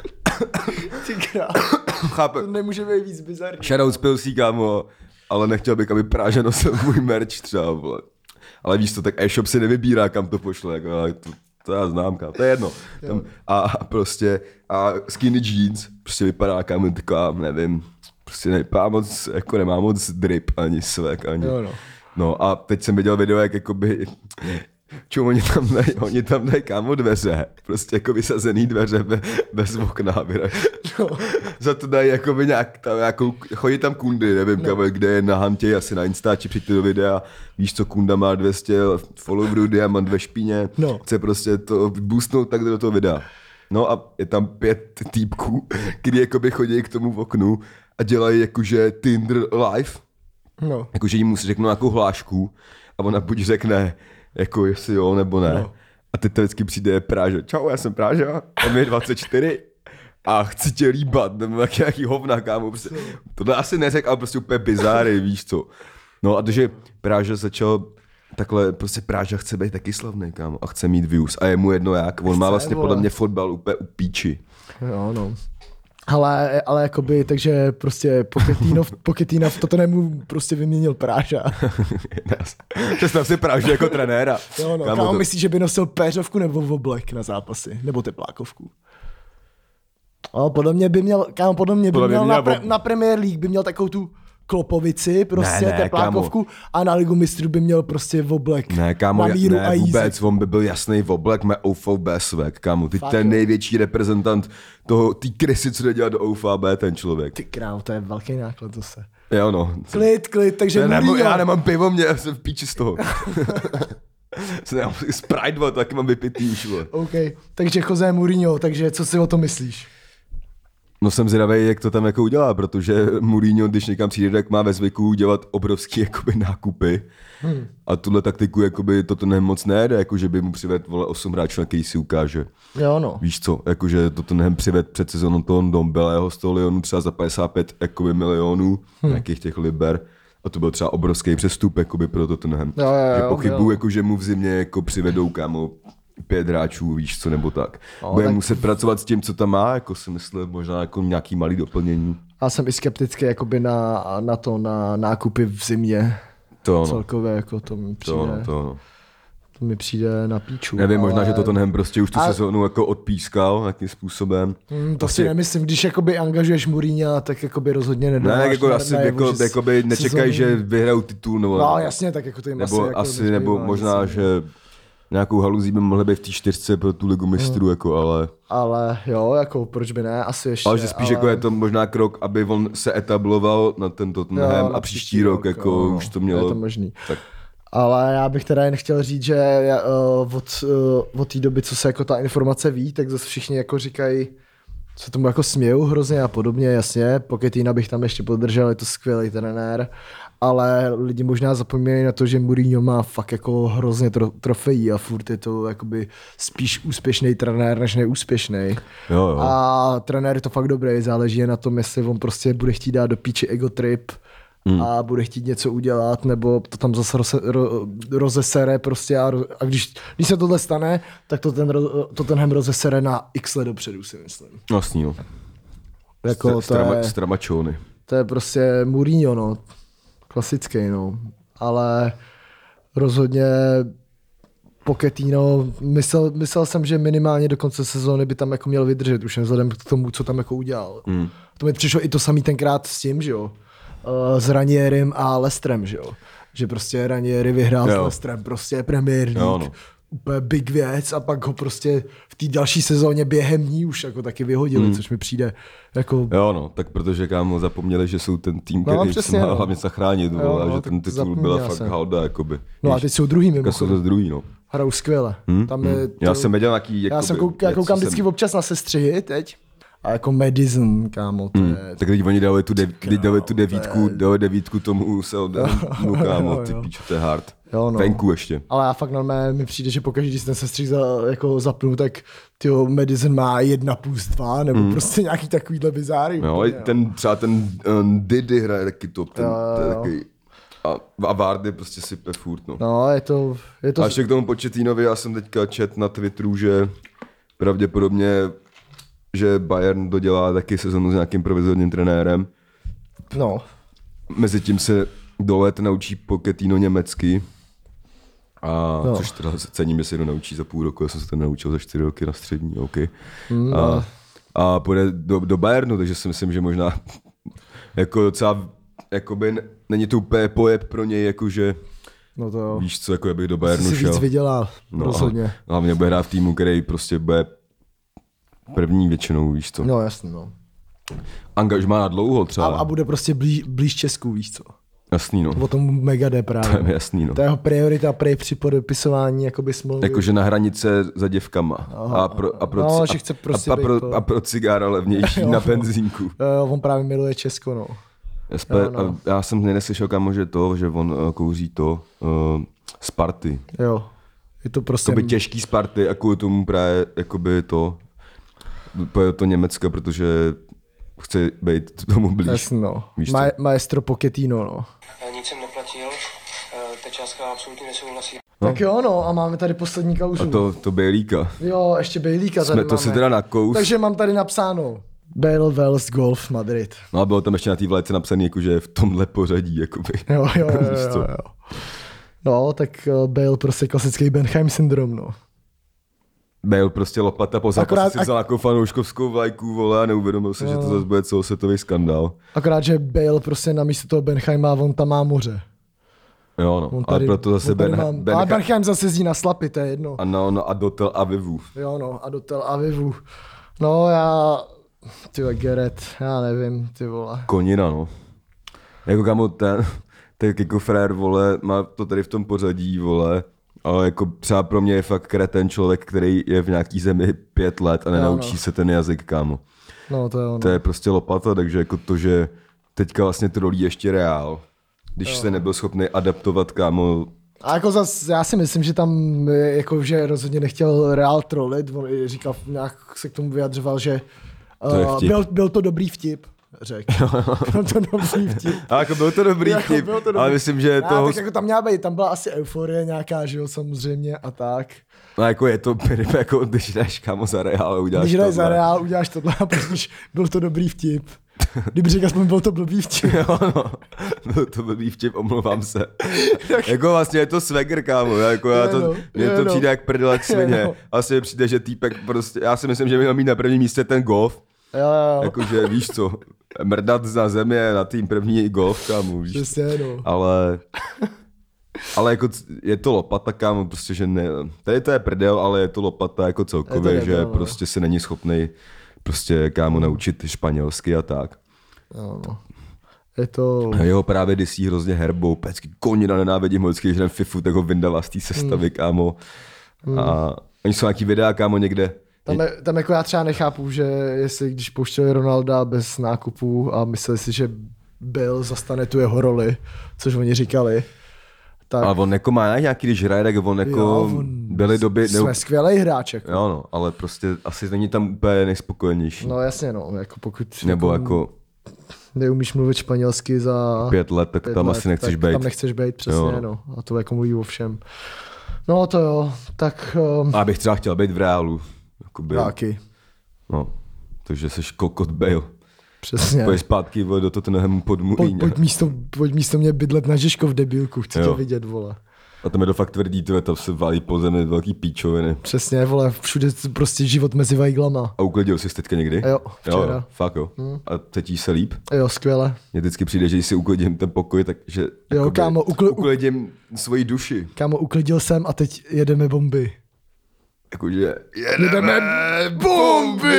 Ty král. Chápe. To nemůže být víc bizarní. Shoutout z Pilsí, kámo, ale nechtěl bych, aby Práže nosil můj merch třeba, vole. Ale víš co, tak e-shop si nevybírá, kam to pošle, jako, ale to já znám, kámo, to je jedno. Tam, a prostě, a skinny jeans, prostě vypadá, kámo, taková, nevím, prostě nemá moc drip, ani svek, ani. Jo, no. No a teď jsem viděl video, jak jakoby, oni tam dají, kámo, dveře, prostě jako vysazený dveře bez okna, no. Za to dají jakoby nějak, tam, jako, chodí tam kundy, nevím, no. Kámo, kde je na Hantě, asi na Instači přijďte do videa, víš co, kunda má 200 followerů, diamant ve špíně, no. Chce prostě to boostnout tak do toho videa. No a je tam 5 týpků, kteří jakoby chodí k tomu v oknu a dělají jakože Tinder live. No. Jakože jim musí řeknout nějakou hlášku a ona buď řekne, jako jestli jo nebo ne. No. A teď to vždycky přijde Práže. Čau, já jsem Práže, on je 24 a chci tě líbat, nebo nějaký hovna, kámo. Prostě. Tohle asi neřekl, ale prostě úplně bizáry, víš co. No a takže Práže začal takhle, prostě Práže chce být taky slavný, kámo, a chce mít views a je mu jedno jak. On má vlastně podle mě fotbal úplně u píči. Jo, no. Ale jakoby, takže prostě Pochettino v Tottenhamu prostě vyměnil Práža. Představ si Práže jako trenéra. Jo, no. Kámo, myslíš, že by nosil péřovku nebo oblek na zápasy? Nebo teplákovku? Podle mě by měl na Premier League by měl takovou tu klopovici, prostě teplákovku, kámo. A na Ligu mistrů by měl prostě oblek. Ne, kámo, ne, vůbec, on by byl jasný oblek, má OVB svek, kámo. Ty ten největší reprezentant toho, tý krysy, co jde dělat do OVB, ten člověk. Ty král, to je velký náklad zase. Jo, no. Klid, takže já nemám pivo, já jsem v píči z toho. Sprite, taky mám vypitý už. OK, takže José Mourinho, takže co si o tom myslíš? No jsem zvědavý, jak to tam jako udělá, protože Mourinho, když někam přijde, tak má ve zvyku dělat obrovský jakoby nákupy. A tuhle taktiku jakoby Tottenham moc nejde, jakože by mu přivedl 8 hráčů, na který si ukáže. Jo, no. Víš co, jakože Tottenham přivedl před sezónou toho Dombeleho z toho Lyonu třeba za 55 jakoby milionů, nějakých těch liber. A to byl třeba obrovský přestup jakoby pro Tottenham. Jo, že pochybuju, jako, že mu v zimě jako přivedou kámo 5 hráčů, víš co, nebo tak. Bude tak muset pracovat s tím, co tam má, jako si myslím, možná jako nějaký malý doplnění. Já jsem i skeptický jakoby na nákupy v zimě. To celkově, jako to mi přijde. To mi přijde na píču. Nevím, ale... možná, že Tottenham prostě už tu sezónu jako odpískal nějakým způsobem. To si nemyslím, když jakoby angažuješ Mourinha, tak jakoby rozhodně nedáváš. Ne, jako asi jakoby nečekají, že vyhrajou titul. Nebo, no jasně, tak jako to jim nebo asi nebo možná, že nějakou haluzí by mohla být v té 4 pro tu ligu mistrů, jako, ale... Ale jo, jako proč by ne, asi ještě. Ale že spíš jako je to možná krok, aby on se etabloval na ten Tottenham a příští rok jako už to mělo... Je to možný. Tak. Ale já bych teda jen chtěl říct, že od té doby, co se jako ta informace ví, tak zase všichni jako říkají, se tomu jako smějou hrozně a podobně, jasně, Pochettino bych tam ještě podržel, je to skvělý trenér, ale lidi možná zapomínají na to, že Mourinho má fakt jako hrozně trofejí a furt je to jakoby spíš úspěšný trenér, než neúspěšný. Jo. A trenér je to fakt dobrý, záleží na tom, jestli on prostě bude chtít dát do píči ego trip a bude chtít něco udělat, nebo to tam zase rozesere prostě a když se tohle stane, tak to tenhle rozesere na x let dopředu, si myslím. Vlastně, no. Jako Stramačony. To je prostě Mourinho, no. Klasický, no. Ale rozhodně Pochettino, myslel jsem, že minimálně do konce sezóny by tam jako měl vydržet, už vzhledem k tomu, co tam jako udělal. To mi přišlo i to samý tenkrát s tím, že jo. S Ranierem a Leicesterem, že jo. Že prostě Ranieri vyhrál s Leicesterem, prostě Premier League. Jo, no. Úplně big věc a pak ho prostě v té další sezóně během ní už jako taky vyhodili, což mi přijde jako... Jo no, tak protože kámo zapomněli, že jsou ten tým, který se má hlavně zachránit, a že ten titul byla fakt halda, jakoby. No a teď jsou druhý mimochodem. Jsou druhý, no. Hrajou skvěle. Tam je to... Já jsem věděl nějaký... Já koukám vždycky občas na sestřihy teď. A jako Madison, kámo, to je... Tak když oni dali tu devítku tomu Southamptonu, kámo, ty píčo, to je hard. Jo, no. Venku ještě. Ale já fakt normálně mi přijde, že pokaždé, když ten sestřih jako zapnu, tak tyjo, Madison má 1+2, nebo prostě nějaký takovýhle bizáry. Jo, třeba ten Didi hraje taky top, ten takový... A Vardy prostě sype furt, no. No, je to... A ještě k tomu Pochettinovi, já jsem teďka čet na Twitteru, že pravděpodobně že Bayern dodělá taky sezonu s nějakým provizorním trenérem. No. Mezitím se do let naučí Pochettino německy. A což teda cením, že se to naučí za půl roku. Já jsem se to naučil za 4 roky na střední, OK. A půjde do Bayernu, takže si myslím, že možná jako docela jakoby není to úplně pojeb pro něj, jakože no to jo. Víš co, jako bych do Bayernu šel. Si víc vydělá, rozhodně. Hlavně bude hrát v týmu, který prostě bude první většinou, víš co. No jasně, no. Angažmá na dlouho třeba. A bude prostě blíž Česku, víš co. Jasný, no. O tom mega jde právě. To je jasný, no. To je jeho priorita při podepisování jakoby smlouvy. Jakože na hranice za děvkama. A pro cigára levnější na benzínku. On právě miluje Česko, no. Já jsem neslyšel, kámo, že on kouří to Sparty. Jo. Je to prostě... Jakoby těžký Sparty a kvůli tomu právě jakoby to Německo, protože chce být tomu blíž. Jasně, no. Maestro Pochettino, no. Nic jsem neplatil, ta částka absolutně nesouhlasí. No. Tak jo, no, a máme tady poslední kauzu. A to Bejlíka. Jo, ještě Bejlíka tady to si teda nakous. Takže mám tady napsáno. Bale, Wales, Golf, Madrid. No a bylo tam ještě na té vlajce napsaný, jakože v tomhle pořadí, jakoby. Jo. No, tak Bale prostě klasický Benheim syndrom, no. Bale prostě lopata po zápase si vzal nějakou fanouškovskou vlajku, vole, a neuvědomil se, že to zase bude celosvětový skandál. Akorát, že Bale prostě namísto toho Benheima, on tam má moře. Jo, no, ale proto zase Ale Benheim zase jezdí na Slapy, to je jedno. A do Tel Avivu. Jo, no, a do Tel Avivu. No, tyhle Gerrit, já nevím, ty vole. Konina, no. Jako kamo tak jako frér, vole, má to tady v tom pořadí, vole, ale jako třeba pro mě je fakt kreten člověk, který je v nějaký zemi 5 let a nenaučí se ten jazyk, kámo. No, to je ono. To je prostě lopata, takže jako to, že teďka vlastně to rolí ještě Real, když se nebyl schopný adaptovat, kámo. A jako zase, já si myslím, že tam jako, že rozhodně nechtěl Real trollit, on říkal, nějak se k tomu vyjadřoval, že byl to dobrý vtip. Řekl. Byl to dobrý vtip. A jako byl to dobrý vtip, ale myslím, že to... Tak jako tam měla být, tam byla asi euforie nějaká, že jo, samozřejmě a tak. No jako je to, jako když jdeš kámo za Real a uděláš tohle. Když jdeš za Real, uděláš tohle a prostě byl to dobrý vtip. Kdyby řekl, aspoň byl to blbý vtip. Jo, no. Byl to blbý vtip, omlouvám se. Jako vlastně je to swagger, kámo. Jako mně to přijde jak prdel, jak svině. Vlastně mi přijde, že týpek prostě, já si myslím, že by měl mít na prvním místě ten golf. Jo. Jakože víš co, mrdat na zemi je na tým první golf, kámo, víš. Přesně, no. Ale jako je to lopata, kámo, prostě, že ne, tady to je prdel, ale je to lopata jako celkově, že prostě se není schopnej prostě, kámo, naučit španělsky a tak. No. Je to... Jo, právě disí hrozně herbou, pecky konina nenávidím, vždycky, když jdem FIFU, tak ho vyndala z té sestavy, kámo. A oni jsou nějaký videa, kámo, někde. Tam jako já třeba nechápu, že jestli když pouštěli Ronalda bez nákupů a mysleli si, že Bale zastane tu jeho roli, což oni říkali. Tak... Ale on jako má nějaký, když hraje, tak on jako byly doby... Jsme skvělej hráč. Jako. Jo no, ale prostě asi není tam úplně nejspokojenější. No jasně no, jako pokud... Nebo jako... Neumíš mluvit španělsky za 5 let, tak tam asi nechceš být. Tam nechceš být, přesně, jo. No. A to jako mluví o všem. No to jo, tak... A bych třeba chtěl být v Reálu. Jako byl. Taky. No, takže seš kokot Bale. Přesně. Pojď zpátky do Tottenhamu pod Mourinho. Pojď místo mě bydlet na Žižkov debílku, chci tě vidět, vole. A tam je to fakt tvrdý, tam se válí po zemi velký píčoviny. Přesně, vole, všude prostě život mezi vajglama. A uklidil jsi teďka někdy? Jo, včera. Jo, fakt jo. A cítíš se líp? Jo, skvěle. Mně vždycky přijde, že když si uklidím ten pokoj, takže jo, kámo, uklidím svoji duši. Kámo, uklidil jsem a teď jedeme bomby. Jakože jedeme bomby!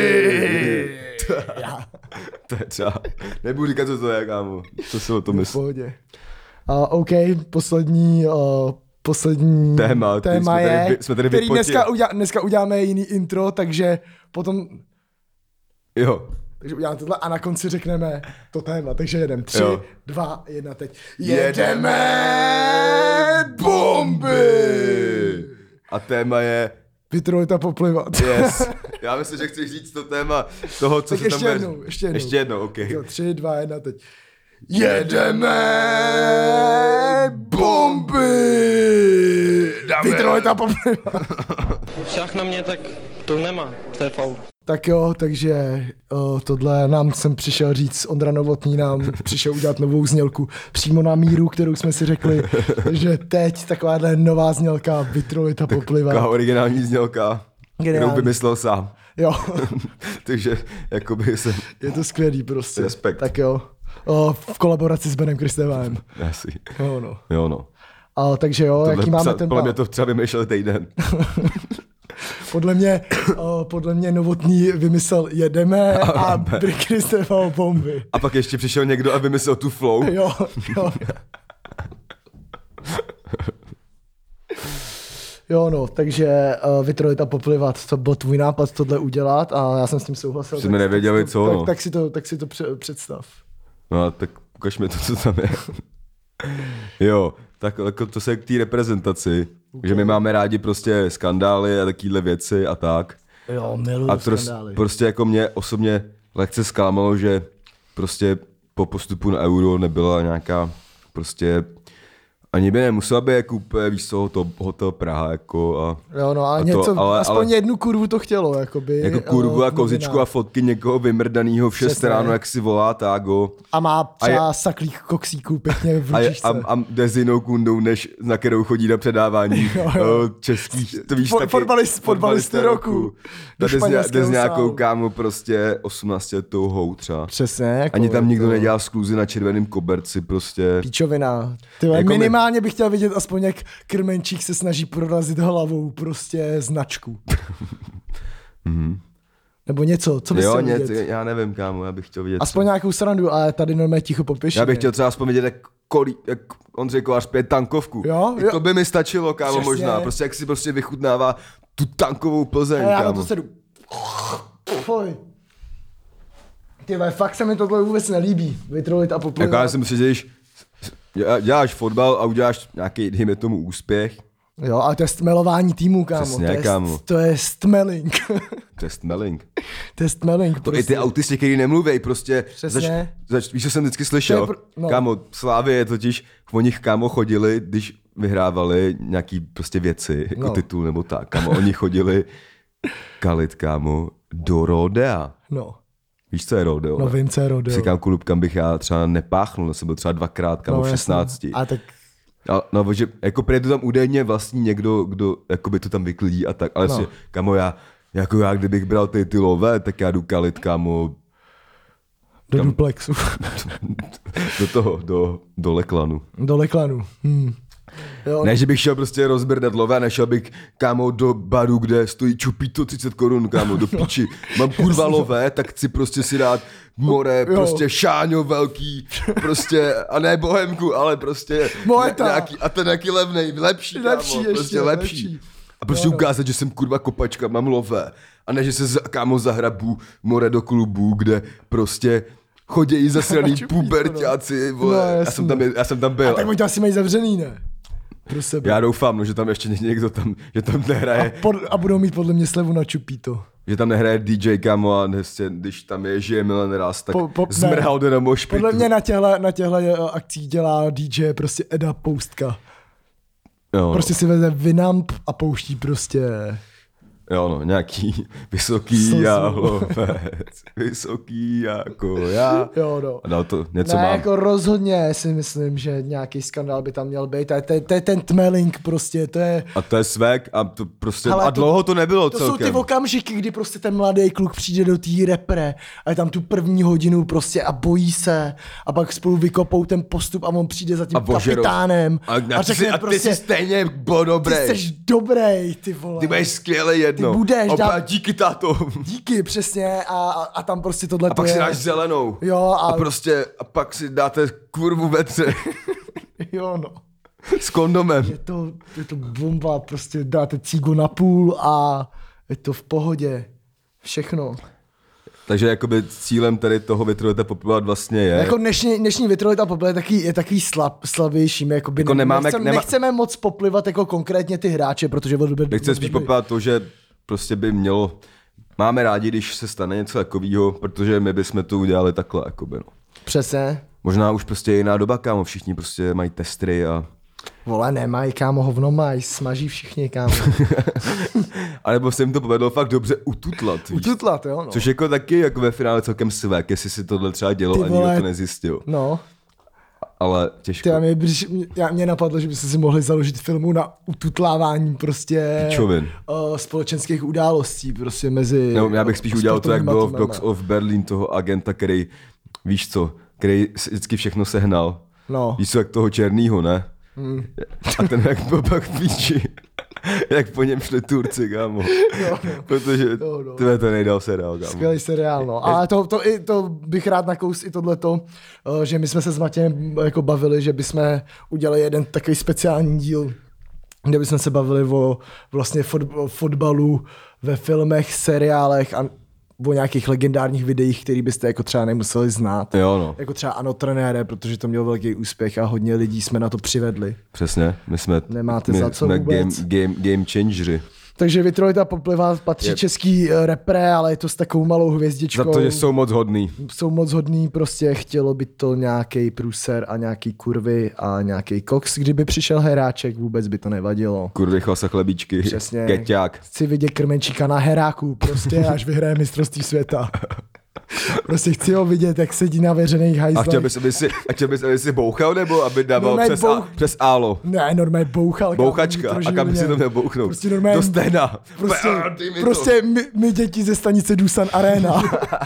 To je třeba, nebudu říkat, co to je, kámo. Co si o tom myslíš? V pohodě. OK, poslední téma je, který dneska uděláme jiný intro, takže potom... Jo. Takže uděláme tohle a na konci řekneme to téma, takže jedem 3, 2, 1, teď. Jedeme bomby! A téma je... Vitrolita poplivat. Yes. Já myslím, že chceš říct to téma toho, co tak se tam bude... Ještě jednou, ok. 3, 2, 1, teď. Jedeme bomby! Vitrolita poplivat. Šach na mě, tak to nemá, to je faul. Tak jo, takže tohle nám jsem přišel říct, Ondra Novotný nám přišel udělat novou znělku přímo na míru, kterou jsme si řekli, že teď takováhle nová znělka Vitrolita popliva. Taková originální znělka, kterou vymyslel sám. Jo. Takže jakoby jsem... Je to skvělý prostě. Respekt. Tak jo. V kolaboraci s Benem Kristevánem. Asi. Jo no. Takže jo, tohle jaký máme ten podle mě to třeba vymýšlel týden. Podle mě Novotný vymyslel jedeme a Kristeval bomby. A pak ještě přišel někdo a vymyslel tu flow. Jo. Jo no, takže Vitrolita poplivat, to byl tvůj nápad tohle udělat a já jsem s tím souhlasil. Jsme nevěděli co, no. Tak si to představ. No a tak ukaž mi to, co tam je. Jo, tak jako to se k té reprezentaci, že my máme rádi prostě skandály a takovéhle věci a tak. Jo, miluju skandály. Prostě jako mě osobně lehce zklamalo, že prostě po postupu na Euro nebyla nějaká prostě... Ani by nemusela být jako úplně víc toho Hotel Praha, jako a... Jo, no ale něco, aspoň jednu kurvu to chtělo, jakoby. Jako kurvu a kozičku a fotky někoho vymrdanýho v 6 ráno, jak si volá tágo. A má třeba saklík koksíků pěkně v ručičce. A jde s jinou kundou, než na kterou chodí na předávání českých, to víš taky. Fotbalisty roku. Jde s nějakou kámu prostě 18letou hou třeba. Přesně. Jako ani tam nikdo nedělal skluzy na červeném koberci prostě. Píčovina. Tyhle, minimálně bych chtěl vidět aspoň, jak Krmenčík se snaží prorazit hlavou prostě značku. Nebo něco, co bys chtěl vidět? Já nevím, kámo, já bych chtěl vidět. Aspoň nějakou srandu, ale tady normálně ticho popiš. Já bych chtěl třeba aspoň vidět, jak Ondřej Kolář pije tankovku. Jo? To by mi stačilo, kámo, přesně. Možná. Prostě jak si prostě vychutnává tu tankovou Plzeň, já kámo. Na to sedu. Poj. Ty vole, fakt se mi tohle vůbec nelíbí. Vytrolit a poplivat. Jako já si myslím, že když děláš fotbal a uděláš nějaký, dejme tomu, úspěch. Jo, ale to je stmelování týmu, kámo. Přesně, kámo. To je stmelling. To je stmelling. To je stmelling, To prostě. i ty autisti, kteří nemluví, prostě. Přesně. Víš, co jsem vždycky slyšel? No. Kámo, Slávě totiž, o nich kámo chodili, když vyhrávali nějaký prostě věci, jako titul nebo tak. Kámo, oni chodili kalit, kámo, do rodea. No. Víš, co je rodeo? No vím, co je rodeo. Říkám klub, kam bych já třeba nepáchnul, jsem byl třeba 2krát, kámo, v 16. A tak... No, že jako prý to tam údajně vlastní někdo, kdo jakoby to tam vyklidí a tak, ale si, kámo, já, kdybych bral ty lové, tak já jdu kalit, kámo, do duplexu. do Leklanu. Do Leklanu. Jo. Ne, že bych šel prostě rozbrdat lové, nešel bych, kámo, do baru, kde stojí čupito 30 korun, kámo, do píči. Mám kurva lové, tak chci prostě si dát more, prostě šáňo velký, prostě, a ne bohemku, ale prostě nějaký, a ten nějaký levnej, lepší, kámo, prostě lepší. A prostě ukázat, že jsem kurva kopačka, mám lové. A ne, že se kámo zahrabu more do klubu, kde prostě chodí zasraný puberťáci, vole. Já jsem tam byl. A tak oni to asi mají zavřený, ne? Pro sebe. Já doufám, no, že tam ještě někdo tam, že tam nehraje. A budou mít podle mě slevu na čupíto. Že tam nehraje DJ, kámo, a když tam žije Milan Raz, tak zmrhal do na mošpitu. Podle mě na těchto akcích dělá DJ prostě Eda Poustka. Jo, prostě si veze Winamp a pouští prostě... Jo no, nějaký vysoký jáhlovec, vysoký jako já. Jo no. A dal to, něco ne, mám. jako rozhodně si myslím, že nějaký skandál by tam měl být. A to je ten tmelling prostě, to je... A to je svek a to prostě, a dlouho to nebylo to celkem. To jsou ty okamžiky, kdy prostě ten mladý kluk přijde do té repre a je tam tu první hodinu prostě a bojí se a pak spolu vykopou ten postup a on přijde za tím kapitánem. A řekne prostě... ty jsi stejně byl dobrý. Ty jsi dobrý, ty vole. Ty máš skvělé jedno. Ty budeš. Díky, táto. Díky, přesně. A tam prostě tohle a pak si dáš zelenou. Jo, a pak si dáte kurvu ve tře. Jo, no. S kondomem. Je to bomba, prostě dáte cígu na půl a je to v pohodě. Všechno. Takže jakoby cílem tady toho vytrolita poplivat vlastně je... Jako dnešní vytrolita poplivat je takový slabější. Jakoby jako nechceme moc poplivat jako konkrétně ty hráče, protože... Nechceme spíš poplivat to, že prostě by mělo... Máme rádi, když se stane něco takového, protože my bychom to udělali takhle, jakoby, no. Přesně. Možná už prostě jiná doba, kámo, všichni prostě mají testry a... Vole, nemají, kámo, hovno mají, smaží všichni, kámo. A nebo se jim to povedlo fakt dobře ututlat, víš? Ututlat, jo, no. Což jako taky jako ve finále celkem svek, jestli si tohle třeba dělo a nikdo to nezjistil. No. Ale těžko. Mě napadlo, že byste si mohli založit filmu na ututlávání prostě společenských událostí prostě mezi... No, já bych spíš udělal to, jak bylo v Dogs of Berlin, toho agenta, který, víš co, který vždycky všechno sehnal. No. Víš co, jak toho černýho, ne? A ten jak byl pak v píči. Jak po něm šli Turci, kámo. Protože to nejdal seriál, kámo. Skvělý seriál, no. Ale to bych rád nakous i tohleto, že my jsme se s Matějem jako bavili, že bychom udělali jeden takový speciální díl, kde bychom se bavili o vlastně fotbalu ve filmech, seriálech a o nějakých legendárních videích, který byste jako třeba nemuseli znát. Jo, no. Jako třeba Ano trenére, protože to mělo velký úspěch a hodně lidí jsme na to přivedli. Přesně, my jsme game changeri. Takže Vytrolita popliva patří český repre, ale je to s takovou malou hvězdičkou. Za to, že jsou moc hodný. Jsou moc hodný, prostě chtělo by to nějaký průser a nějaký kurvy a nějaký koks. Kdyby přišel heráček, vůbec by to nevadilo. Kurvy, chlasa, chlebíčky, přesně. Keťák. Chci vidět Krmenčíka na heráku, prostě až vyhraje mistrovství světa. Prostě chci ho vidět, jak sedí na veřejných hajzlech. A chtěl bys, aby si bouchal, nebo aby dával přes álo? Ne, normálně bouchal. Bouchačka, a kam by si to měl bouchnout? Prostě normálně, do stehna. Prostě my děti ze stanice Dusan Arena.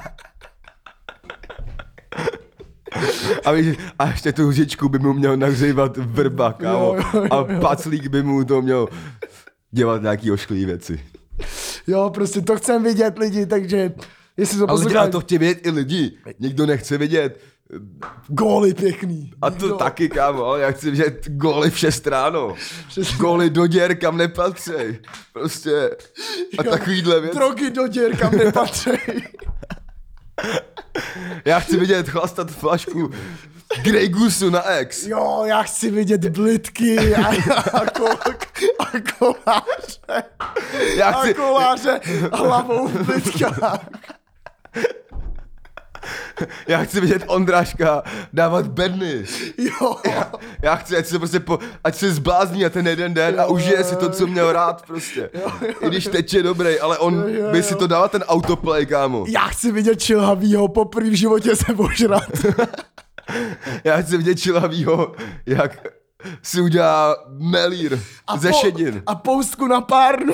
A ještě tu lžičku by mu měl nahřívat vrba, kámo. A paclík by mu to měl dělat nějaký ošklivý věci. Jo, prostě to chcem vidět lidi, takže... Ale to chtějí vidět i lidi. Nikdo nechce vidět góly pěkný. A to taky, kámo, ale já chci vidět góly v 6 ráno. Góly do děr, kam nepatřej. Prostě a takovýhle věc. Drogy do děr, kam nepatřej. Já chci vidět chlastat flašku Grey Gooseu na X. Jo, já chci vidět blitky a koláře. A koláře hlavou v blitkách. Já chci vidět Ondráška dávat bedny. Jo. Já chci, ať se zblázní a ten jeden den a užije si to, co měl rád prostě. I když teď je dobrý, ale on by si to dal ten autoplay, kámo. Já chci vidět Čilhavýho poprvé v životě se ožrat. Já chci vidět Čilhavýho, jak si udělá melír ze šedin. A poustku na párnu.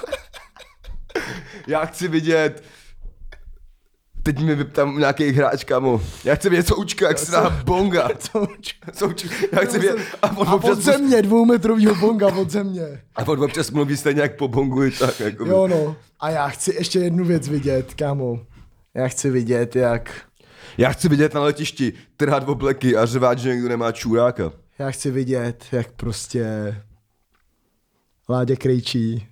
Já chci vidět... Teď mi tam nějaký hráč, kámo. Já chci vidět Součka, jak se dá bonga. Součka. Já chci vidět... A od země, 2metrovýho bonga od země. A on občas mluví stejně jak po bongu i tak. Jako jo no. A já chci ještě jednu věc vidět, kámo. Já chci vidět, jak... Já chci vidět na letišti trhat obleky a řvát, že někdo nemá čůráka. Já chci vidět, jak prostě... Láďa Krejčí.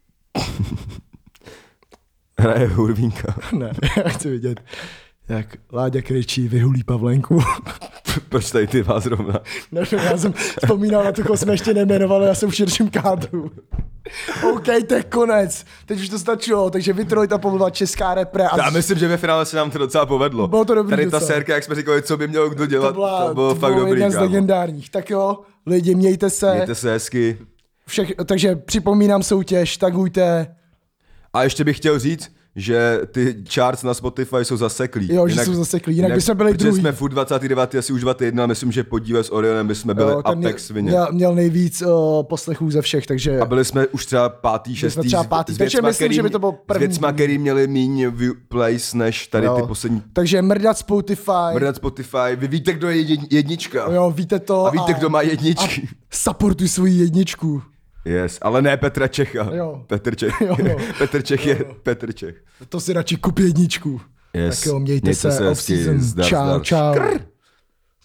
Hraje hurvínka. Ne, já chci vidět, jak Láďa Krejčí vyhulí Pavlenku. Proč tady ty vás zrovna? Nevím, já jsem vzpomínal na to, koho jsme ještě nejmenovali, já jsem v širším kádru. OK, to je konec. Teď už to stačilo, takže Detroit a povedla česká repre. Já myslím, že ve finále se nám to docela povedlo. Bylo to dobrý tady docela. ta sérka, jak jsme říkali, co by měl kdo dělat, to bylo fakt dobrý. Jedna z legendárních. Tak jo, lidi, mějte se. Mějte se hezky. Takže připomínám soutěž, tagujte. A ještě bych chtěl říct, že ty charts na Spotify jsou zaseklý. Jo, že jsou zaseklý, jinak bychom byli druhý. Protože jsme furt 29, asi už 21, a myslím, že podíle s Orionem bychom byli apex vině. Měl nejvíc poslechů ze všech, takže... A byli jsme už třeba 5., 6. Takže myslím, že by to bylo první. S věcma, který měli míň plays než tady ty poslední. Takže mrdat Spotify. Vy víte, kdo je jednička. Jo, víte to. A víte, kdo má jedničky. A supportuj svoji jedničku. Yes, ale ne Petra Čecha. Jo. Petr Čech. Jo. Petr Čech je Petr Čech. To si radši kup jedničku. Yes. Tak jo, mějte se off-season. Čau.